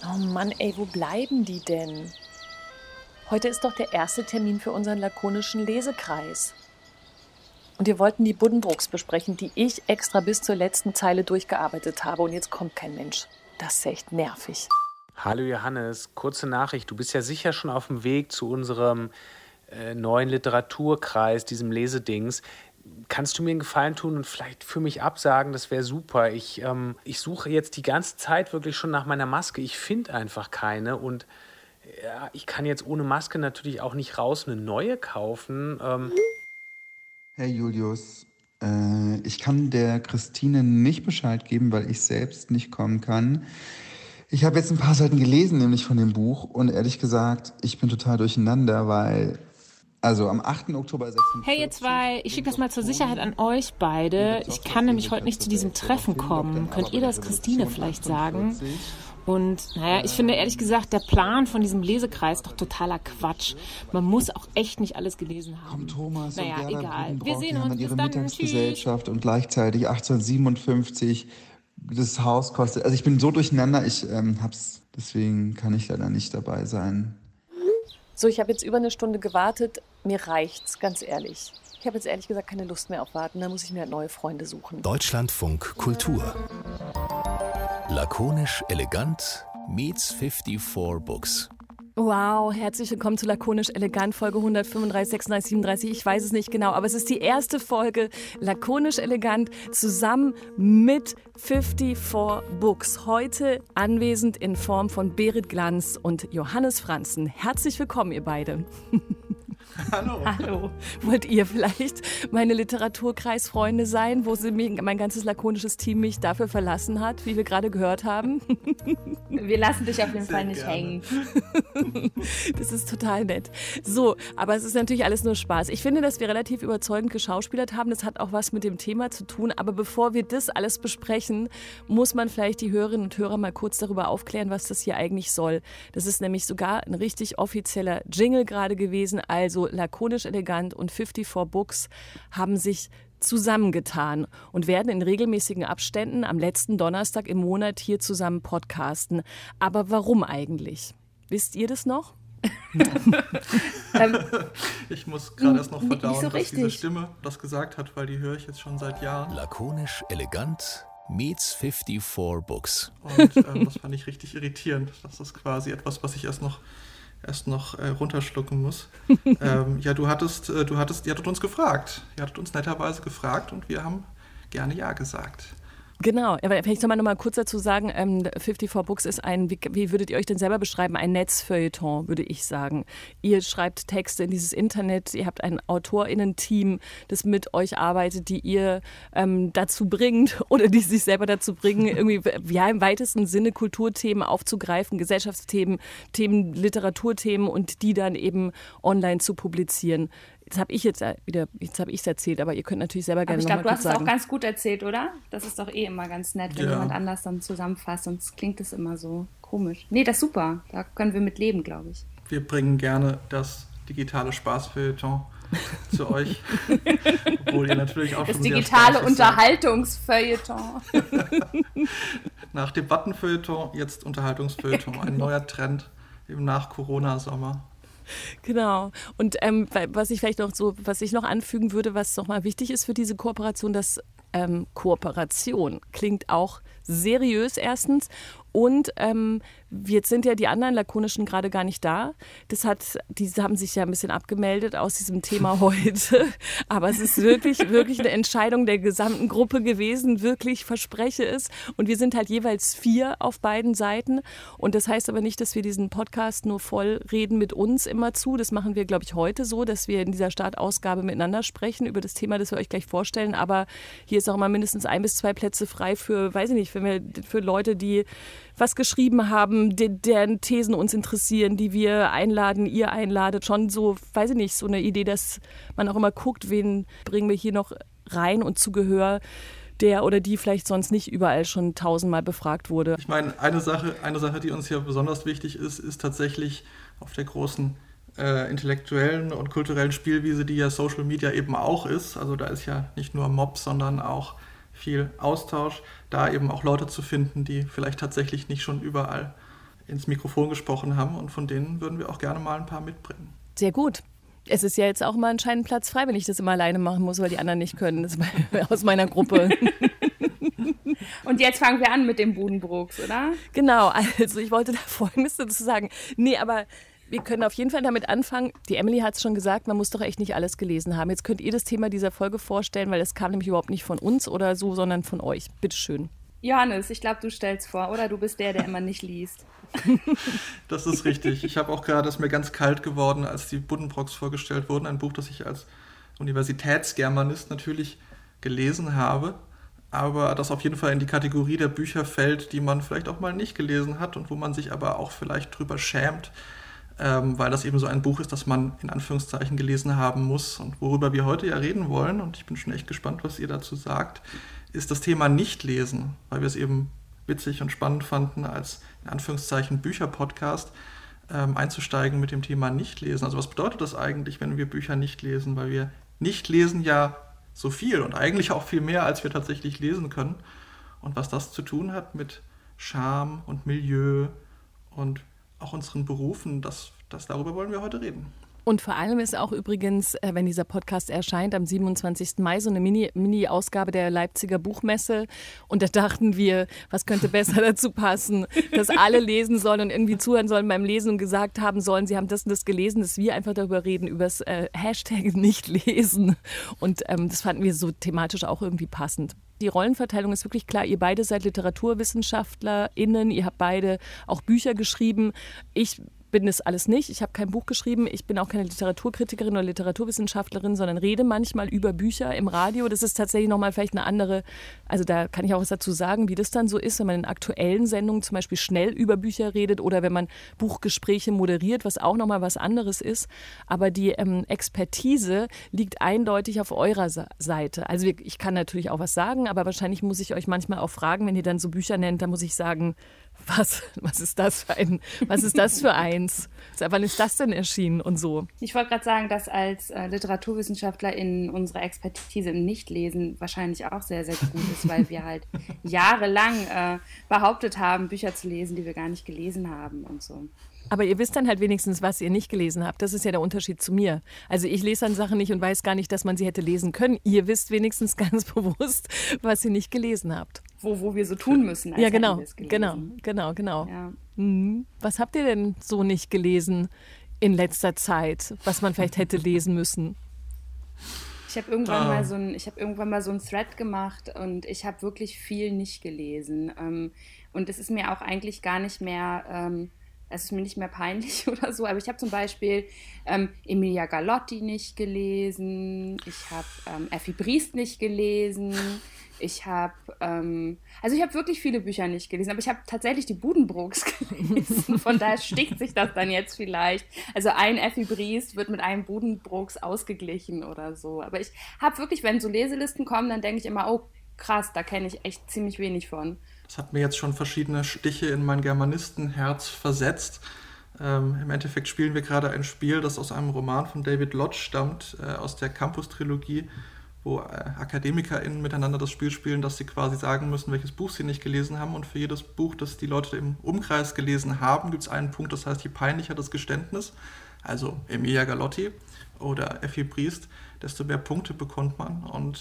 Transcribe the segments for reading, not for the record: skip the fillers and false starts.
Oh Mann, ey, wo bleiben die denn? Heute ist doch der erste Termin für unseren lakonischen Lesekreis. Und wir wollten die Buddenbrooks besprechen, die ich extra bis zur letzten Zeile durchgearbeitet habe. Und jetzt kommt kein Mensch. Das ist echt nervig. Hallo Johannes, kurze Nachricht. Du bist ja sicher schon auf dem Weg zu unserem neuen Literaturkreis, diesem Lesedings. Kannst du mir einen Gefallen tun und vielleicht für mich absagen? Das wäre super. Ich suche jetzt die ganze Zeit wirklich schon nach meiner Maske. Ich finde einfach keine und ich kann jetzt ohne Maske natürlich auch nicht raus eine neue kaufen. Hey Julius, ich kann der Christine nicht Bescheid geben, weil ich selbst nicht kommen kann. Ich habe jetzt ein paar Seiten gelesen, nämlich von dem Buch, und ehrlich gesagt, ich bin total durcheinander, weil, also am 8. Oktober 46... Hey ihr zwei, ich schicke das mal zur Sicherheit an euch beide. Ich kann nämlich heute nicht zu diesem Treffen kommen. Könnt ihr das Christine vielleicht sagen? Und naja, ich finde ehrlich gesagt, der Plan von diesem Lesekreis doch totaler Quatsch. Man muss auch echt nicht alles gelesen haben. Thomas naja, und Gerda egal. Buddenbrock, Wir sehen die haben uns. ihre Bis dann. Mittagsgesellschaft Tschüss. und gleichzeitig 1857 das Haus kostet. Also ich bin so durcheinander, deswegen kann ich leider nicht dabei sein. So, ich habe jetzt über eine Stunde gewartet. Mir reicht's, ganz ehrlich. Ich habe jetzt ehrlich gesagt keine Lust mehr auf Warten. Da muss ich mir halt neue Freunde suchen. Deutschlandfunk Kultur. Lakonisch elegant meets 54 Books. Wow, herzlich willkommen zu Lakonisch Elegant, Folge 135, 36, 37, ich weiß es nicht genau, aber es ist die erste Folge Lakonisch Elegant zusammen mit 54 Books. Heute anwesend in Form von Berit Glanz und Johannes Franzen. Herzlich willkommen, ihr beide. Hallo. Hallo. Wollt ihr vielleicht meine Literaturkreisfreunde sein, wo mein ganzes lakonisches Team mich dafür verlassen hat, wie wir gerade gehört haben? Wir lassen dich auf jeden Fall nicht hängen. Das ist total nett. So, aber es ist natürlich alles nur Spaß. Ich finde, dass wir relativ überzeugend geschauspielert haben. Das hat auch was mit dem Thema zu tun. Aber bevor wir das alles besprechen, muss man vielleicht die Hörerinnen und Hörer mal kurz darüber aufklären, was das hier eigentlich soll. Das ist nämlich sogar ein richtig offizieller Jingle gerade gewesen. Also Lakonisch Elegant und 54 Books haben sich zusammengetan und werden in regelmäßigen Abständen am letzten Donnerstag im Monat hier zusammen podcasten. Aber warum eigentlich? Wisst ihr das noch? Ich muss gerade erst noch verdauen, so dass diese Stimme das gesagt hat, weil die höre ich jetzt schon seit Jahren. Lakonisch elegant meets 54 Books. Und das fand ich richtig irritierend. Das ist quasi etwas, was ich erst noch runterschlucken muss. Ihr hattet uns gefragt. Ihr hattet uns netterweise gefragt und wir haben gerne Ja gesagt. Genau, aber vielleicht soll man noch mal kurz dazu sagen, 54 Books ist wie würdet ihr euch denn selber beschreiben, ein Netzfeuilleton, würde ich sagen. Ihr schreibt Texte in dieses Internet, ihr habt ein AutorInnen-Team, das mit euch arbeitet, die ihr dazu bringt oder die sich selber dazu bringen, irgendwie ja, im weitesten Sinne Kulturthemen aufzugreifen, Gesellschaftsthemen, Literaturthemen und die dann eben online zu publizieren. Jetzt habe ich es erzählt, aber ihr könnt natürlich selber gerne noch mal kurz sagen. Ich glaube, du hast es auch ganz gut erzählt, oder? Das ist doch immer ganz nett, wenn jemand anders dann zusammenfasst, sonst klingt es immer so komisch. Nee, das ist super. Da können wir mit leben, glaube ich. Wir bringen gerne das digitale Spaßfeuilleton zu euch. Obwohl ihr natürlich auch das schon digitale Unterhaltungsfeuilleton. Nach Debattenfeuilleton, jetzt Unterhaltungsfeuilleton. Ein neuer Trend im Nach-Corona-Sommer. Genau. Und was ich noch anfügen würde, was nochmal wichtig ist für diese Kooperation, dass Kooperation klingt auch seriös erstens. Und jetzt sind ja die anderen Lakonischen gerade gar nicht da. Die haben sich ja ein bisschen abgemeldet aus diesem Thema heute. Aber es ist wirklich eine Entscheidung der gesamten Gruppe gewesen. Wirklich, verspreche es. Und wir sind halt jeweils 4 auf beiden Seiten. Und das heißt aber nicht, dass wir diesen Podcast nur voll reden mit uns immer zu. Das machen wir, glaube ich, heute so, dass wir in dieser Startausgabe miteinander sprechen über das Thema, das wir euch gleich vorstellen. Aber hier ist auch immer mindestens 1 bis 2 Plätze frei für, weiß ich nicht, für Leute, die was geschrieben haben, deren Thesen uns interessieren, die wir einladen, ihr einladet. Schon so, weiß ich nicht, so eine Idee, dass man auch immer guckt, wen bringen wir hier noch rein und zu Gehör, der oder die vielleicht sonst nicht überall schon 1000-mal befragt wurde. Ich meine, eine Sache, die uns hier besonders wichtig ist tatsächlich auf der großen intellektuellen und kulturellen Spielwiese, die ja Social Media eben auch ist. Also da ist ja nicht nur Mob, sondern auch viel Austausch, da eben auch Leute zu finden, die vielleicht tatsächlich nicht schon überall ins Mikrofon gesprochen haben und von denen würden wir auch gerne mal ein paar mitbringen. Sehr gut. Es ist ja jetzt auch mal anscheinend Platz frei, wenn ich das immer alleine machen muss, weil die anderen nicht können. Das ist aus meiner Gruppe. Und jetzt fangen wir an mit dem Buddenbrooks, oder? Genau, also ich wollte da Folgendes dazu sagen. Nee, aber wir können auf jeden Fall damit anfangen. Die Emily hat es schon gesagt, man muss doch echt nicht alles gelesen haben. Jetzt könnt ihr das Thema dieser Folge vorstellen, weil das kam nämlich überhaupt nicht von uns oder so, sondern von euch. Bitteschön. Johannes, ich glaube, du stellst vor, oder? Du bist der immer nicht liest. Das ist richtig. Ich habe auch gerade, es ist mir ganz kalt geworden, als die Buddenbrooks vorgestellt wurden. Ein Buch, das ich als Universitätsgermanist natürlich gelesen habe, aber das auf jeden Fall in die Kategorie der Bücher fällt, die man vielleicht auch mal nicht gelesen hat und wo man sich aber auch vielleicht drüber schämt, weil das eben so ein Buch ist, das man in Anführungszeichen gelesen haben muss. Und worüber wir heute ja reden wollen, und ich bin schon echt gespannt, was ihr dazu sagt, ist das Thema Nichtlesen, weil wir es eben witzig und spannend fanden, als in Anführungszeichen Bücher-Podcast einzusteigen mit dem Thema Nichtlesen. Also was bedeutet das eigentlich, wenn wir Bücher nicht lesen? Weil wir nicht lesen ja so viel und eigentlich auch viel mehr, als wir tatsächlich lesen können. Und was das zu tun hat mit Scham und Milieu und auch unseren Berufen, darüber wollen wir heute reden. Und vor allem ist auch übrigens, wenn dieser Podcast erscheint, am 27. Mai so eine Mini-Ausgabe der Leipziger Buchmesse. Und da dachten wir, was könnte besser dazu passen, dass alle lesen sollen und irgendwie zuhören sollen beim Lesen und gesagt haben sollen, sie haben das und das gelesen, dass wir einfach darüber reden, über das Hashtag Nichtlesen. Und das fanden wir so thematisch auch irgendwie passend. Die Rollenverteilung ist wirklich klar. Ihr beide seid LiteraturwissenschaftlerInnen, ihr habt beide auch Bücher geschrieben. Ich bin das alles nicht. Ich habe kein Buch geschrieben. Ich bin auch keine Literaturkritikerin oder Literaturwissenschaftlerin, sondern rede manchmal über Bücher im Radio. Das ist tatsächlich nochmal vielleicht eine andere, also da kann ich auch was dazu sagen, wie das dann so ist, wenn man in aktuellen Sendungen zum Beispiel schnell über Bücher redet oder wenn man Buchgespräche moderiert, was auch nochmal was anderes ist. Aber die Expertise liegt eindeutig auf eurer Seite. Also ich kann natürlich auch was sagen, aber wahrscheinlich muss ich euch manchmal auch fragen, wenn ihr dann so Bücher nennt, dann muss ich sagen, was ist das für eins? Wann ist das denn erschienen und so? Ich wollte gerade sagen, dass als Literaturwissenschaftler in unserer Expertise im Nichtlesen wahrscheinlich auch sehr, sehr gut ist, weil wir halt jahrelang behauptet haben, Bücher zu lesen, die wir gar nicht gelesen haben und so. Aber ihr wisst dann halt wenigstens, was ihr nicht gelesen habt. Das ist ja der Unterschied zu mir. Also ich lese dann Sachen nicht und weiß gar nicht, dass man sie hätte lesen können. Ihr wisst wenigstens ganz bewusst, was ihr nicht gelesen habt. Wo wir so tun müssen, als ja, genau, hätten wir es gelesen. Genau. Ja. Was habt ihr denn so nicht gelesen in letzter Zeit, was man vielleicht hätte lesen müssen? Ich habe irgendwann mal so einen Thread gemacht und ich habe wirklich viel nicht gelesen. Und es ist mir auch eigentlich gar nicht mehr... Es ist mir nicht mehr peinlich oder so, aber ich habe zum Beispiel Emilia Galotti nicht gelesen, ich habe Effi Briest nicht gelesen, ich habe wirklich viele Bücher nicht gelesen, aber ich habe tatsächlich die Buddenbrooks gelesen, von daher stickt sich das dann jetzt vielleicht. Also ein Effi Briest wird mit einem Buddenbrooks ausgeglichen oder so, aber ich habe wirklich, wenn so Leselisten kommen, dann denke ich immer, oh krass, da kenne ich echt ziemlich wenig von. Das hat mir jetzt schon verschiedene Stiche in mein Germanistenherz versetzt. Im Endeffekt spielen wir gerade ein Spiel, das aus einem Roman von David Lodge stammt, aus der Campus-Trilogie, wo AkademikerInnen miteinander das Spiel spielen, dass sie quasi sagen müssen, welches Buch sie nicht gelesen haben. Und für jedes Buch, das die Leute im Umkreis gelesen haben, gibt es einen Punkt, das heißt, je peinlicher das Geständnis, also Emilia Galotti oder Effi Briest, desto mehr Punkte bekommt man. Und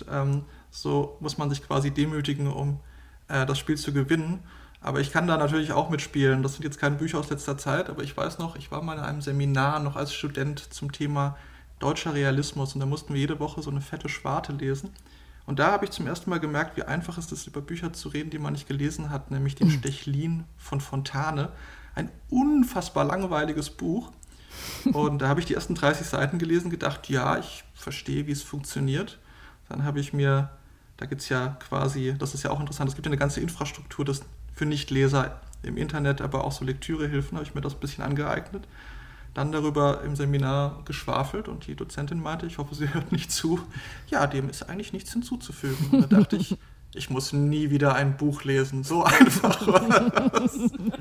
so muss man sich quasi demütigen, um das Spiel zu gewinnen. Aber ich kann da natürlich auch mitspielen. Das sind jetzt keine Bücher aus letzter Zeit, aber ich weiß noch, ich war mal in einem Seminar noch als Student zum Thema deutscher Realismus und da mussten wir jede Woche so eine fette Schwarte lesen. Und da habe ich zum ersten Mal gemerkt, wie einfach es ist, über Bücher zu reden, die man nicht gelesen hat, nämlich den Stechlin von Fontane. Ein unfassbar langweiliges Buch. Und da habe ich die ersten 30 Seiten gelesen, gedacht, ja, ich verstehe, wie es funktioniert. Dann habe ich mir, da gibt es ja quasi, das ist ja auch interessant, es gibt ja eine ganze Infrastruktur für Nichtleser im Internet, aber auch so Lektürehilfen, habe ich mir das ein bisschen angeeignet. Dann darüber im Seminar geschwafelt und die Dozentin meinte, ich hoffe, sie hört nicht zu, ja, dem ist eigentlich nichts hinzuzufügen. Und da dachte ich muss nie wieder ein Buch lesen, so einfach war das.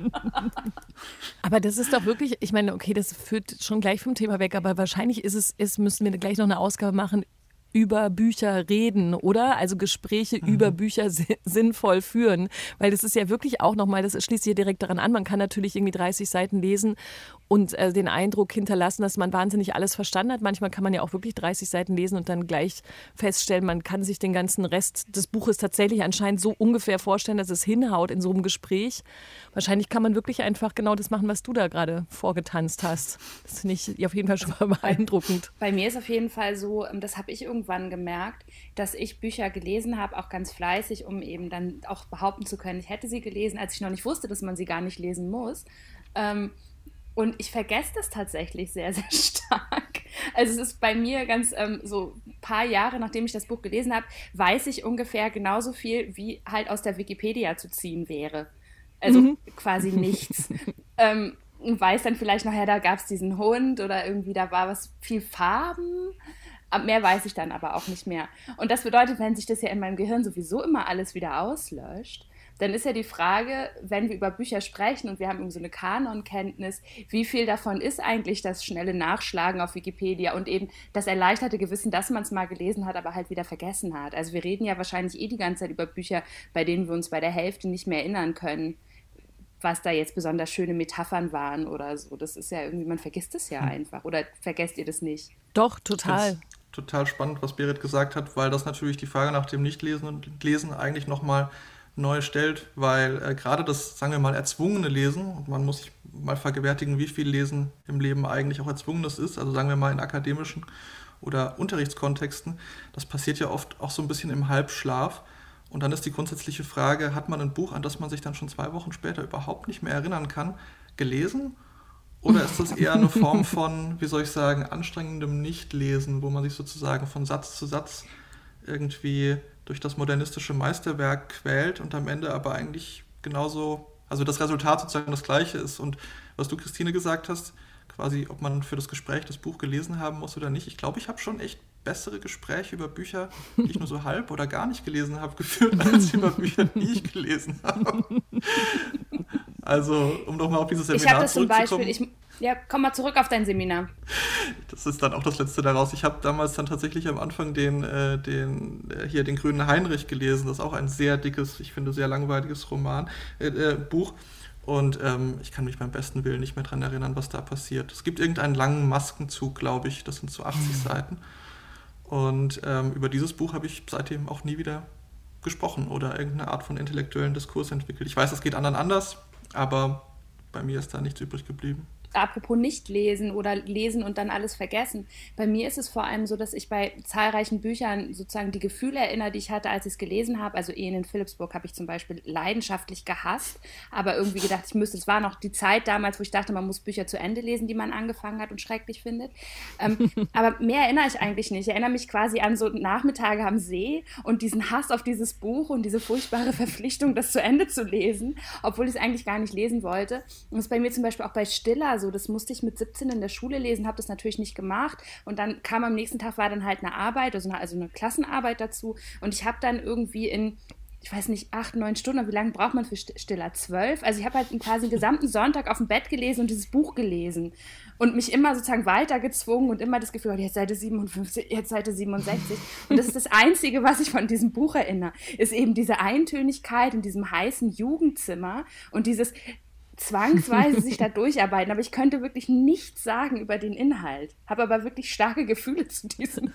Aber das ist doch wirklich, ich meine, okay, das führt schon gleich vom Thema weg, aber wahrscheinlich müssen wir gleich noch eine Ausgabe machen über Bücher reden, oder? Also Gespräche über Bücher sinnvoll führen, weil das ist ja wirklich auch nochmal, das schließt hier direkt daran an, man kann natürlich irgendwie 30 Seiten lesen und den Eindruck hinterlassen, dass man wahnsinnig alles verstanden hat. Manchmal kann man ja auch wirklich 30 Seiten lesen und dann gleich feststellen, man kann sich den ganzen Rest des Buches tatsächlich anscheinend so ungefähr vorstellen, dass es hinhaut in so einem Gespräch. Wahrscheinlich kann man wirklich einfach genau das machen, was du da gerade vorgetanzt hast. Das finde ich auf jeden Fall schon mal beeindruckend. Bei mir ist auf jeden Fall so, das habe ich irgendwann gemerkt, dass ich Bücher gelesen habe, auch ganz fleißig, um eben dann auch behaupten zu können, ich hätte sie gelesen, als ich noch nicht wusste, dass man sie gar nicht lesen muss. Und ich vergesse das tatsächlich sehr, sehr stark. Also es ist bei mir ganz so ein paar Jahre, nachdem ich das Buch gelesen habe, weiß ich ungefähr genauso viel, wie halt aus der Wikipedia zu ziehen wäre. Also quasi nichts. Und weiß dann vielleicht noch, ja, da gab es diesen Hund oder irgendwie da war was, viel Farben. Mehr weiß ich dann aber auch nicht mehr. Und das bedeutet, wenn sich das ja in meinem Gehirn sowieso immer alles wieder auslöscht, dann ist ja die Frage, wenn wir über Bücher sprechen und wir haben irgendwie so eine Kanonkenntnis, wie viel davon ist eigentlich das schnelle Nachschlagen auf Wikipedia und eben das erleichterte Gewissen, dass man es mal gelesen hat, aber halt wieder vergessen hat. Also wir reden ja wahrscheinlich die ganze Zeit über Bücher, bei denen wir uns bei der Hälfte nicht mehr erinnern können, was da jetzt besonders schöne Metaphern waren oder so. Das ist ja irgendwie, man vergisst es ja einfach. Oder vergesst ihr das nicht? Doch, total. Total spannend, was Berit gesagt hat, weil das natürlich die Frage nach dem Nichtlesen und Lesen eigentlich nochmal neu stellt, weil gerade das, sagen wir mal, erzwungene Lesen, und man muss sich mal vergewärtigen, wie viel Lesen im Leben eigentlich auch erzwungenes ist, also sagen wir mal in akademischen oder Unterrichtskontexten, das passiert ja oft auch so ein bisschen im Halbschlaf. Und dann ist die grundsätzliche Frage, hat man ein Buch, an das man sich dann schon 2 Wochen später überhaupt nicht mehr erinnern kann, gelesen? Oder ist das eher eine Form von, wie soll ich sagen, anstrengendem Nichtlesen, wo man sich sozusagen von Satz zu Satz irgendwie durch das modernistische Meisterwerk quält und am Ende aber eigentlich genauso, also das Resultat sozusagen das gleiche ist. Und was du, Christine, gesagt hast, quasi, ob man für das Gespräch das Buch gelesen haben muss oder nicht, ich glaube, ich habe schon echt bessere Gespräche über Bücher, die ich nur so halb oder gar nicht gelesen habe, geführt, als über Bücher, die ich gelesen habe. Also, um nochmal auf dieses Seminar zurückzukommen. Komm mal zurück auf dein Seminar. Das ist dann auch das Letzte daraus. Ich habe damals dann tatsächlich am Anfang den Grünen Heinrich gelesen. Das ist auch ein sehr dickes, ich finde, sehr langweiliges Buch. Und ich kann mich beim besten Willen nicht mehr daran erinnern, was da passiert. Es gibt irgendeinen langen Maskenzug, glaube ich. Das sind so 80 Seiten. Und über dieses Buch habe ich seitdem auch nie wieder gesprochen oder irgendeine Art von intellektuellen Diskurs entwickelt. Ich weiß, es geht anderen anders, aber bei mir ist da nichts übrig geblieben. Apropos nicht lesen oder lesen und dann alles vergessen. Bei mir ist es vor allem so, dass ich bei zahlreichen Büchern sozusagen die Gefühle erinnere, die ich hatte, als ich es gelesen habe. Also Ehen in Philipsburg habe ich zum Beispiel leidenschaftlich gehasst, aber irgendwie gedacht, es war noch die Zeit damals, wo ich dachte, man muss Bücher zu Ende lesen, die man angefangen hat und schrecklich findet. Aber mehr erinnere ich eigentlich nicht. Ich erinnere mich quasi an so Nachmittage am See und diesen Hass auf dieses Buch und diese furchtbare Verpflichtung, das zu Ende zu lesen, obwohl ich es eigentlich gar nicht lesen wollte. Und das ist bei mir zum Beispiel auch bei Stiller so. Das musste ich mit 17 in der Schule lesen, habe das natürlich nicht gemacht. Und dann kam am nächsten Tag, war dann halt eine Arbeit, also eine Klassenarbeit dazu. Und ich habe dann irgendwie in, ich weiß nicht, 8, 9 Stunden, wie lange braucht man für Stiller? 12? Also ich habe halt quasi den gesamten Sonntag auf dem Bett gelesen und dieses Buch gelesen. Und mich immer sozusagen weitergezwungen und immer das Gefühl, jetzt Seite 57, jetzt Seite 67. Und das ist das Einzige, was ich von diesem Buch erinnere, ist eben diese Eintönigkeit in diesem heißen Jugendzimmer und dieses zwangsweise sich da durcharbeiten, aber ich könnte wirklich nichts sagen über den Inhalt, habe aber wirklich starke Gefühle zu diesem.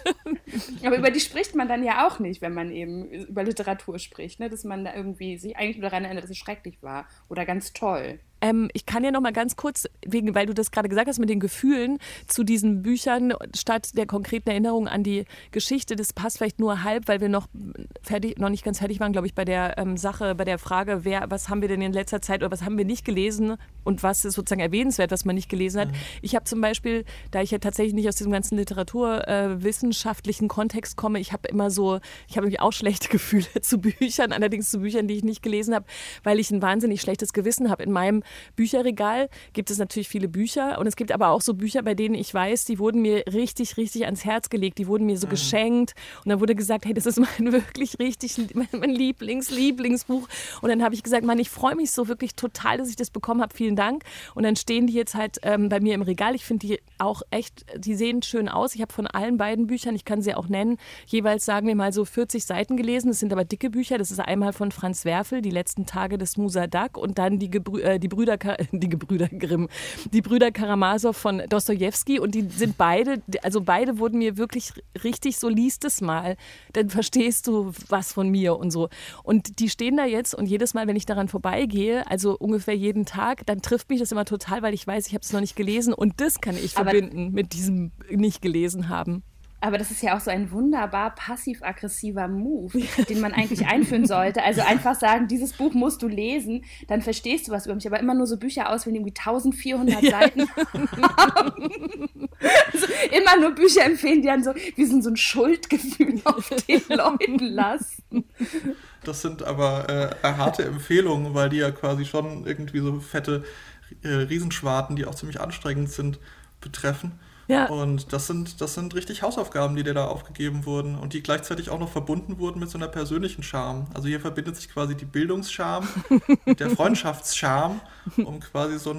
Aber über die spricht man dann ja auch nicht, wenn man eben über Literatur spricht, ne? Dass man da irgendwie sich eigentlich nur daran erinnert, dass es schrecklich war oder ganz toll. Ich kann ja noch mal ganz kurz, weil du das gerade gesagt hast mit den Gefühlen zu diesen Büchern statt der konkreten Erinnerung an die Geschichte, das passt vielleicht nur halb, weil wir noch nicht ganz fertig waren, glaube ich, bei der Sache, bei der Frage, was haben wir denn in letzter Zeit oder was haben wir nicht gelesen und was ist sozusagen erwähnenswert, was man nicht gelesen hat. Ich habe zum Beispiel, da ich ja tatsächlich nicht aus diesem ganzen literaturwissenschaftlichen Kontext komme, ich habe nämlich auch schlechte Gefühle zu Büchern, allerdings zu Büchern, die ich nicht gelesen habe, weil ich ein wahnsinnig schlechtes Gewissen habe in meinem Bücherregal gibt es natürlich viele Bücher und es gibt aber auch so Bücher, bei denen ich weiß, die wurden mir richtig, richtig ans Herz gelegt, die wurden mir so geschenkt und dann wurde gesagt, hey, das ist mein wirklich richtig, mein Lieblingsbuch und dann habe ich gesagt, Mann, ich freue mich so wirklich total, dass ich das bekommen habe, vielen Dank und dann stehen die jetzt halt bei mir im Regal, ich finde die auch echt, die sehen schön aus, ich habe von allen beiden Büchern, ich kann sie auch nennen, jeweils sagen wir mal so 40 Seiten gelesen, das sind aber dicke Bücher, das ist einmal von Franz Werfel, Die letzten Tage des Musa Dagg und dann die Brüder Grimm, die Brüder Karamasow von Dostojewski und die sind beide, also beide wurden mir wirklich richtig so, liest es mal, dann verstehst du was von mir und so. Und die stehen da jetzt und jedes Mal, wenn ich daran vorbeigehe, also ungefähr jeden Tag, dann trifft mich das immer total, weil ich weiß, ich habe es noch nicht gelesen und das kann ich verbinden mit diesem nicht gelesen haben. Aber das ist ja auch so ein wunderbar passiv-aggressiver Move, den man eigentlich einführen sollte. Also einfach sagen, dieses Buch musst du lesen, dann verstehst du was über mich. Aber immer nur so Bücher auswählen, die irgendwie 1400 Seiten haben. Also immer nur Bücher empfehlen, die dann so, wie so ein Schuldgefühl auf den Leuten lassen. Das sind aber harte Empfehlungen, weil die ja quasi schon irgendwie so fette Riesenschwarten, die auch ziemlich anstrengend sind, betreffen. Ja. Und das sind richtig Hausaufgaben, die dir da aufgegeben wurden und die gleichzeitig auch noch verbunden wurden mit so einer persönlichen Scham. Also hier verbindet sich quasi die Bildungsscham mit der Freundschaftsscham, um quasi so ein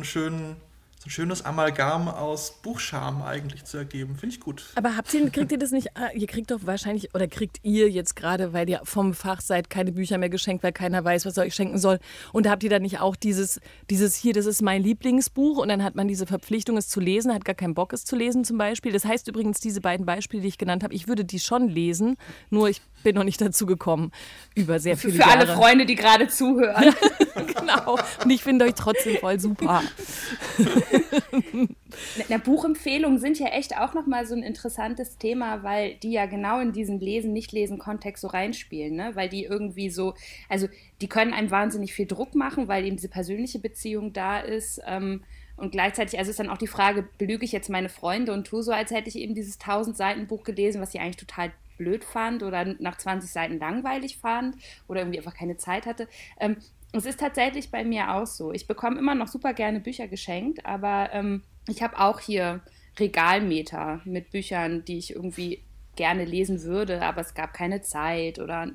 schönes Amalgam aus Buchscham eigentlich zu ergeben. Finde ich gut. Aber kriegt ihr das nicht, ihr kriegt doch wahrscheinlich, oder kriegt ihr jetzt gerade, weil ihr vom Fach seid, keine Bücher mehr geschenkt, weil keiner weiß, was er euch schenken soll. Und da habt ihr dann nicht auch dieses hier, das ist mein Lieblingsbuch und dann hat man diese Verpflichtung, es zu lesen, hat gar keinen Bock, es zu lesen zum Beispiel. Das heißt übrigens, diese beiden Beispiele, die ich genannt habe, ich würde die schon lesen, nur ich bin noch nicht dazu gekommen, über sehr viele Jahre. Für alle Freunde, die gerade zuhören. Genau. Und ich finde euch trotzdem voll super. Buchempfehlungen sind ja echt auch nochmal so ein interessantes Thema, weil die ja genau in diesen Lesen-Nicht-Lesen-Kontext so reinspielen, ne? Weil die irgendwie so, also die können einem wahnsinnig viel Druck machen, weil eben diese persönliche Beziehung da ist. Und gleichzeitig, also ist dann auch die Frage, belüge ich jetzt meine Freunde und tue so, als hätte ich eben dieses 1000-Seiten-Buch gelesen, was ich eigentlich total blöd fand oder nach 20 Seiten langweilig fand oder irgendwie einfach keine Zeit hatte. Es ist tatsächlich bei mir auch so. Ich bekomme immer noch super gerne Bücher geschenkt, aber ich habe auch hier Regalmeter mit Büchern, die ich irgendwie gerne lesen würde, aber es gab keine Zeit oder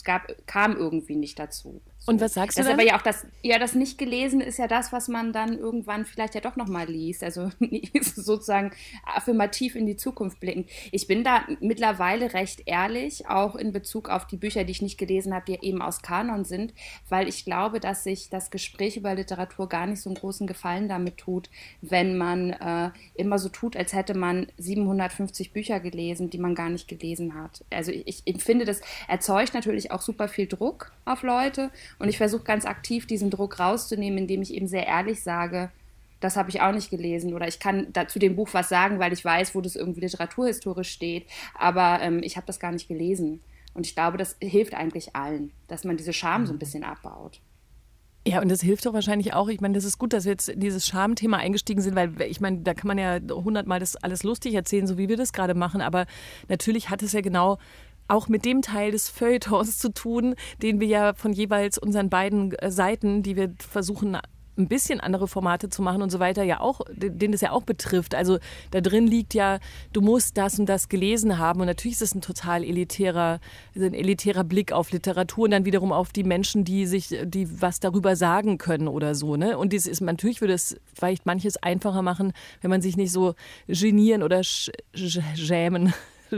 kam irgendwie nicht dazu. So. Und was sagst du dann? Aber ja auch das nicht gelesen ist ja das, was man dann irgendwann vielleicht ja doch nochmal liest. Also sozusagen affirmativ in die Zukunft blicken. Ich bin da mittlerweile recht ehrlich, auch in Bezug auf die Bücher, die ich nicht gelesen habe, die eben aus Kanon sind, weil ich glaube, dass sich das Gespräch über Literatur gar nicht so einen großen Gefallen damit tut, wenn man immer so tut, als hätte man 750 Bücher gelesen, die man gar nicht gelesen hat. Also ich finde, das erzeugt natürlich auch super viel Druck auf Leute. Und ich versuche ganz aktiv, diesen Druck rauszunehmen, indem ich eben sehr ehrlich sage, das habe ich auch nicht gelesen oder ich kann zu dem Buch was sagen, weil ich weiß, wo das irgendwie literaturhistorisch steht, aber ich habe das gar nicht gelesen. Und ich glaube, das hilft eigentlich allen, dass man diese Scham so ein bisschen abbaut. Ja, und das hilft doch wahrscheinlich auch. Ich meine, das ist gut, dass wir jetzt in dieses Schamthema eingestiegen sind, weil ich meine, da kann man ja 100-mal das alles lustig erzählen, so wie wir das gerade machen, aber natürlich hat es ja genau auch mit dem Teil des Feuilletons zu tun, den wir ja von jeweils unseren beiden Seiten, die wir versuchen, ein bisschen andere Formate zu machen und so weiter, ja auch, den das ja auch betrifft. Also da drin liegt ja, du musst das und das gelesen haben und natürlich ist es ein total elitärer Blick auf Literatur und dann wiederum auf die Menschen, die was darüber sagen können oder so, ne? Und natürlich würde es vielleicht manches einfacher machen, wenn man sich nicht so genieren oder schämen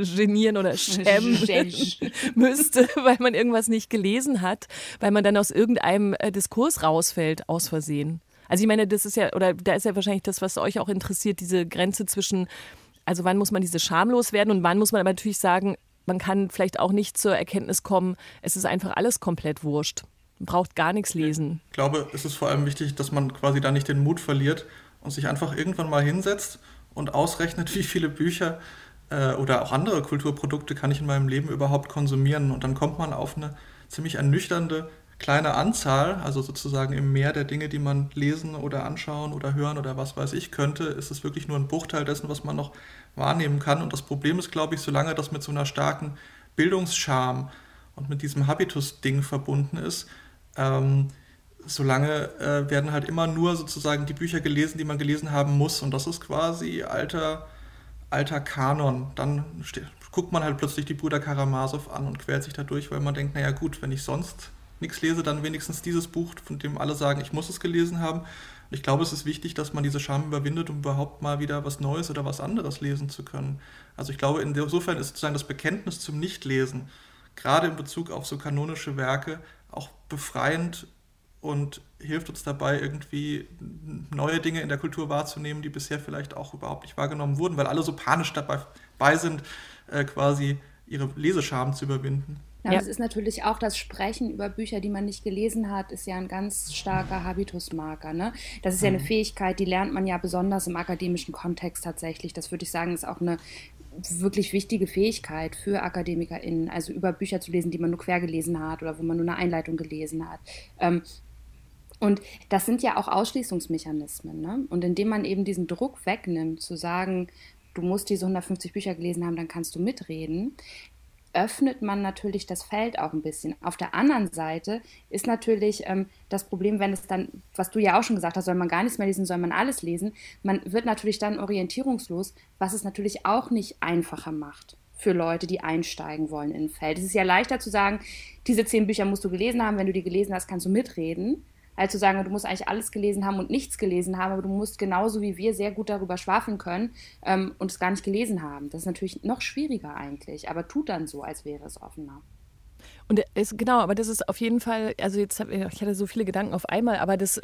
müsste, weil man irgendwas nicht gelesen hat, weil man dann aus irgendeinem Diskurs rausfällt, aus Versehen. Also ich meine, das ist ja, oder da ist ja wahrscheinlich das, was euch auch interessiert, diese Grenze zwischen, also wann muss man diese Scham loswerden und wann muss man aber natürlich sagen, man kann vielleicht auch nicht zur Erkenntnis kommen, es ist einfach alles komplett wurscht. Man braucht gar nichts lesen. Ich glaube, es ist vor allem wichtig, dass man quasi da nicht den Mut verliert und sich einfach irgendwann mal hinsetzt und ausrechnet, wie viele Bücher oder auch andere Kulturprodukte kann ich in meinem Leben überhaupt konsumieren. Und dann kommt man auf eine ziemlich ernüchternde kleine Anzahl, also sozusagen im Meer der Dinge, die man lesen oder anschauen oder hören oder was weiß ich könnte, ist es wirklich nur ein Bruchteil dessen, was man noch wahrnehmen kann. Und das Problem ist, glaube ich, solange das mit so einer starken Bildungsscham und mit diesem Habitus-Ding verbunden ist, solange werden halt immer nur sozusagen die Bücher gelesen, die man gelesen haben muss. Und das ist quasi alter Kanon. Dann guckt man halt plötzlich die Brüder Karamasow an und quält sich da durch, weil man denkt, naja gut, wenn ich sonst nichts lese, dann wenigstens dieses Buch, von dem alle sagen, ich muss es gelesen haben. Und ich glaube, es ist wichtig, dass man diese Scham überwindet, um überhaupt mal wieder was Neues oder was anderes lesen zu können. Also ich glaube, insofern ist sozusagen das Bekenntnis zum Nichtlesen, gerade in Bezug auf so kanonische Werke, auch befreiend und hilft uns dabei, irgendwie neue Dinge in der Kultur wahrzunehmen, die bisher vielleicht auch überhaupt nicht wahrgenommen wurden, weil alle so panisch dabei sind, quasi ihre Lesescham zu überwinden. Ja, das ist natürlich auch das Sprechen über Bücher, die man nicht gelesen hat, ist ja ein ganz starker Habitusmarker. Ne? Das ist ja eine Fähigkeit, die lernt man ja besonders im akademischen Kontext tatsächlich. Das würde ich sagen, ist auch eine wirklich wichtige Fähigkeit für AkademikerInnen, also über Bücher zu lesen, die man nur quer gelesen hat oder wo man nur eine Einleitung gelesen hat. Und das sind ja auch Ausschließungsmechanismen. Ne? Und indem man eben diesen Druck wegnimmt, zu sagen, du musst diese 150 Bücher gelesen haben, dann kannst du mitreden, öffnet man natürlich das Feld auch ein bisschen. Auf der anderen Seite ist natürlich das Problem, wenn es dann, was du ja auch schon gesagt hast, soll man gar nichts mehr lesen, soll man alles lesen, man wird natürlich dann orientierungslos, was es natürlich auch nicht einfacher macht für Leute, die einsteigen wollen in ein Feld. Es ist ja leichter zu sagen, diese 10 Bücher musst du gelesen haben, wenn du die gelesen hast, kannst du mitreden, als zu sagen, du musst eigentlich alles gelesen haben und nichts gelesen haben, aber du musst genauso wie wir sehr gut darüber schwafeln können und es gar nicht gelesen haben. Das ist natürlich noch schwieriger eigentlich, aber tut dann so, als wäre es offener. Und genau, aber das ist auf jeden Fall, also ich hatte so viele Gedanken auf einmal, aber das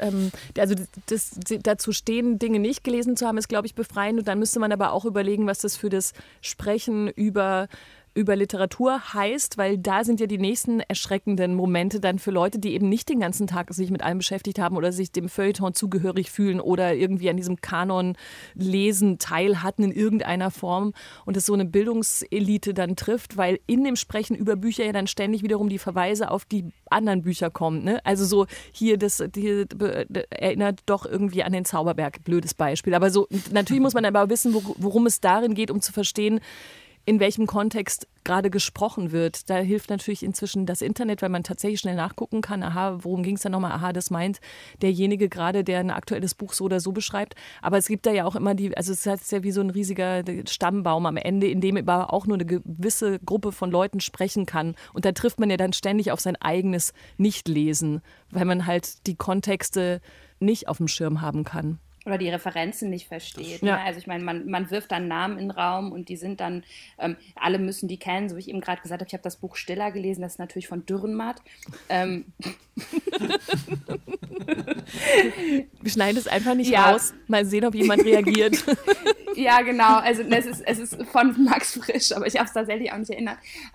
dazu stehen, Dinge nicht gelesen zu haben, ist, glaube ich, befreiend. Und dann müsste man aber auch überlegen, was das für das Sprechen über Literatur heißt, weil da sind ja die nächsten erschreckenden Momente dann für Leute, die eben nicht den ganzen Tag sich mit allem beschäftigt haben oder sich dem Feuilleton zugehörig fühlen oder irgendwie an diesem Kanon-Lesen teil hatten in irgendeiner Form und es so eine Bildungselite dann trifft, weil in dem Sprechen über Bücher ja dann ständig wiederum die Verweise auf die anderen Bücher kommen. Ne? Also so hier, das erinnert doch irgendwie an den Zauberberg, blödes Beispiel. Aber so natürlich muss man aber wissen, worum es darin geht, um zu verstehen, in welchem Kontext gerade gesprochen wird. Da hilft natürlich inzwischen das Internet, weil man tatsächlich schnell nachgucken kann, aha, worum ging es da nochmal? Aha, das meint derjenige gerade, der ein aktuelles Buch so oder so beschreibt. Aber es gibt da ja auch immer also es ist ja wie so ein riesiger Stammbaum am Ende, in dem aber auch nur eine gewisse Gruppe von Leuten sprechen kann. Und da trifft man ja dann ständig auf sein eigenes Nichtlesen, weil man halt die Kontexte nicht auf dem Schirm haben kann. Oder die Referenzen nicht versteht. Ja. Ne? Also ich meine, man wirft dann Namen in den Raum und die sind dann, alle müssen die kennen, so wie ich eben gerade gesagt habe, ich habe das Buch Stiller gelesen, das ist natürlich von Dürrenmatt. Wir schneiden es einfach nicht raus, mal sehen, ob jemand reagiert. Ja, genau, also es ist von Max Frisch, aber ich habe es tatsächlich auch nicht erinnert.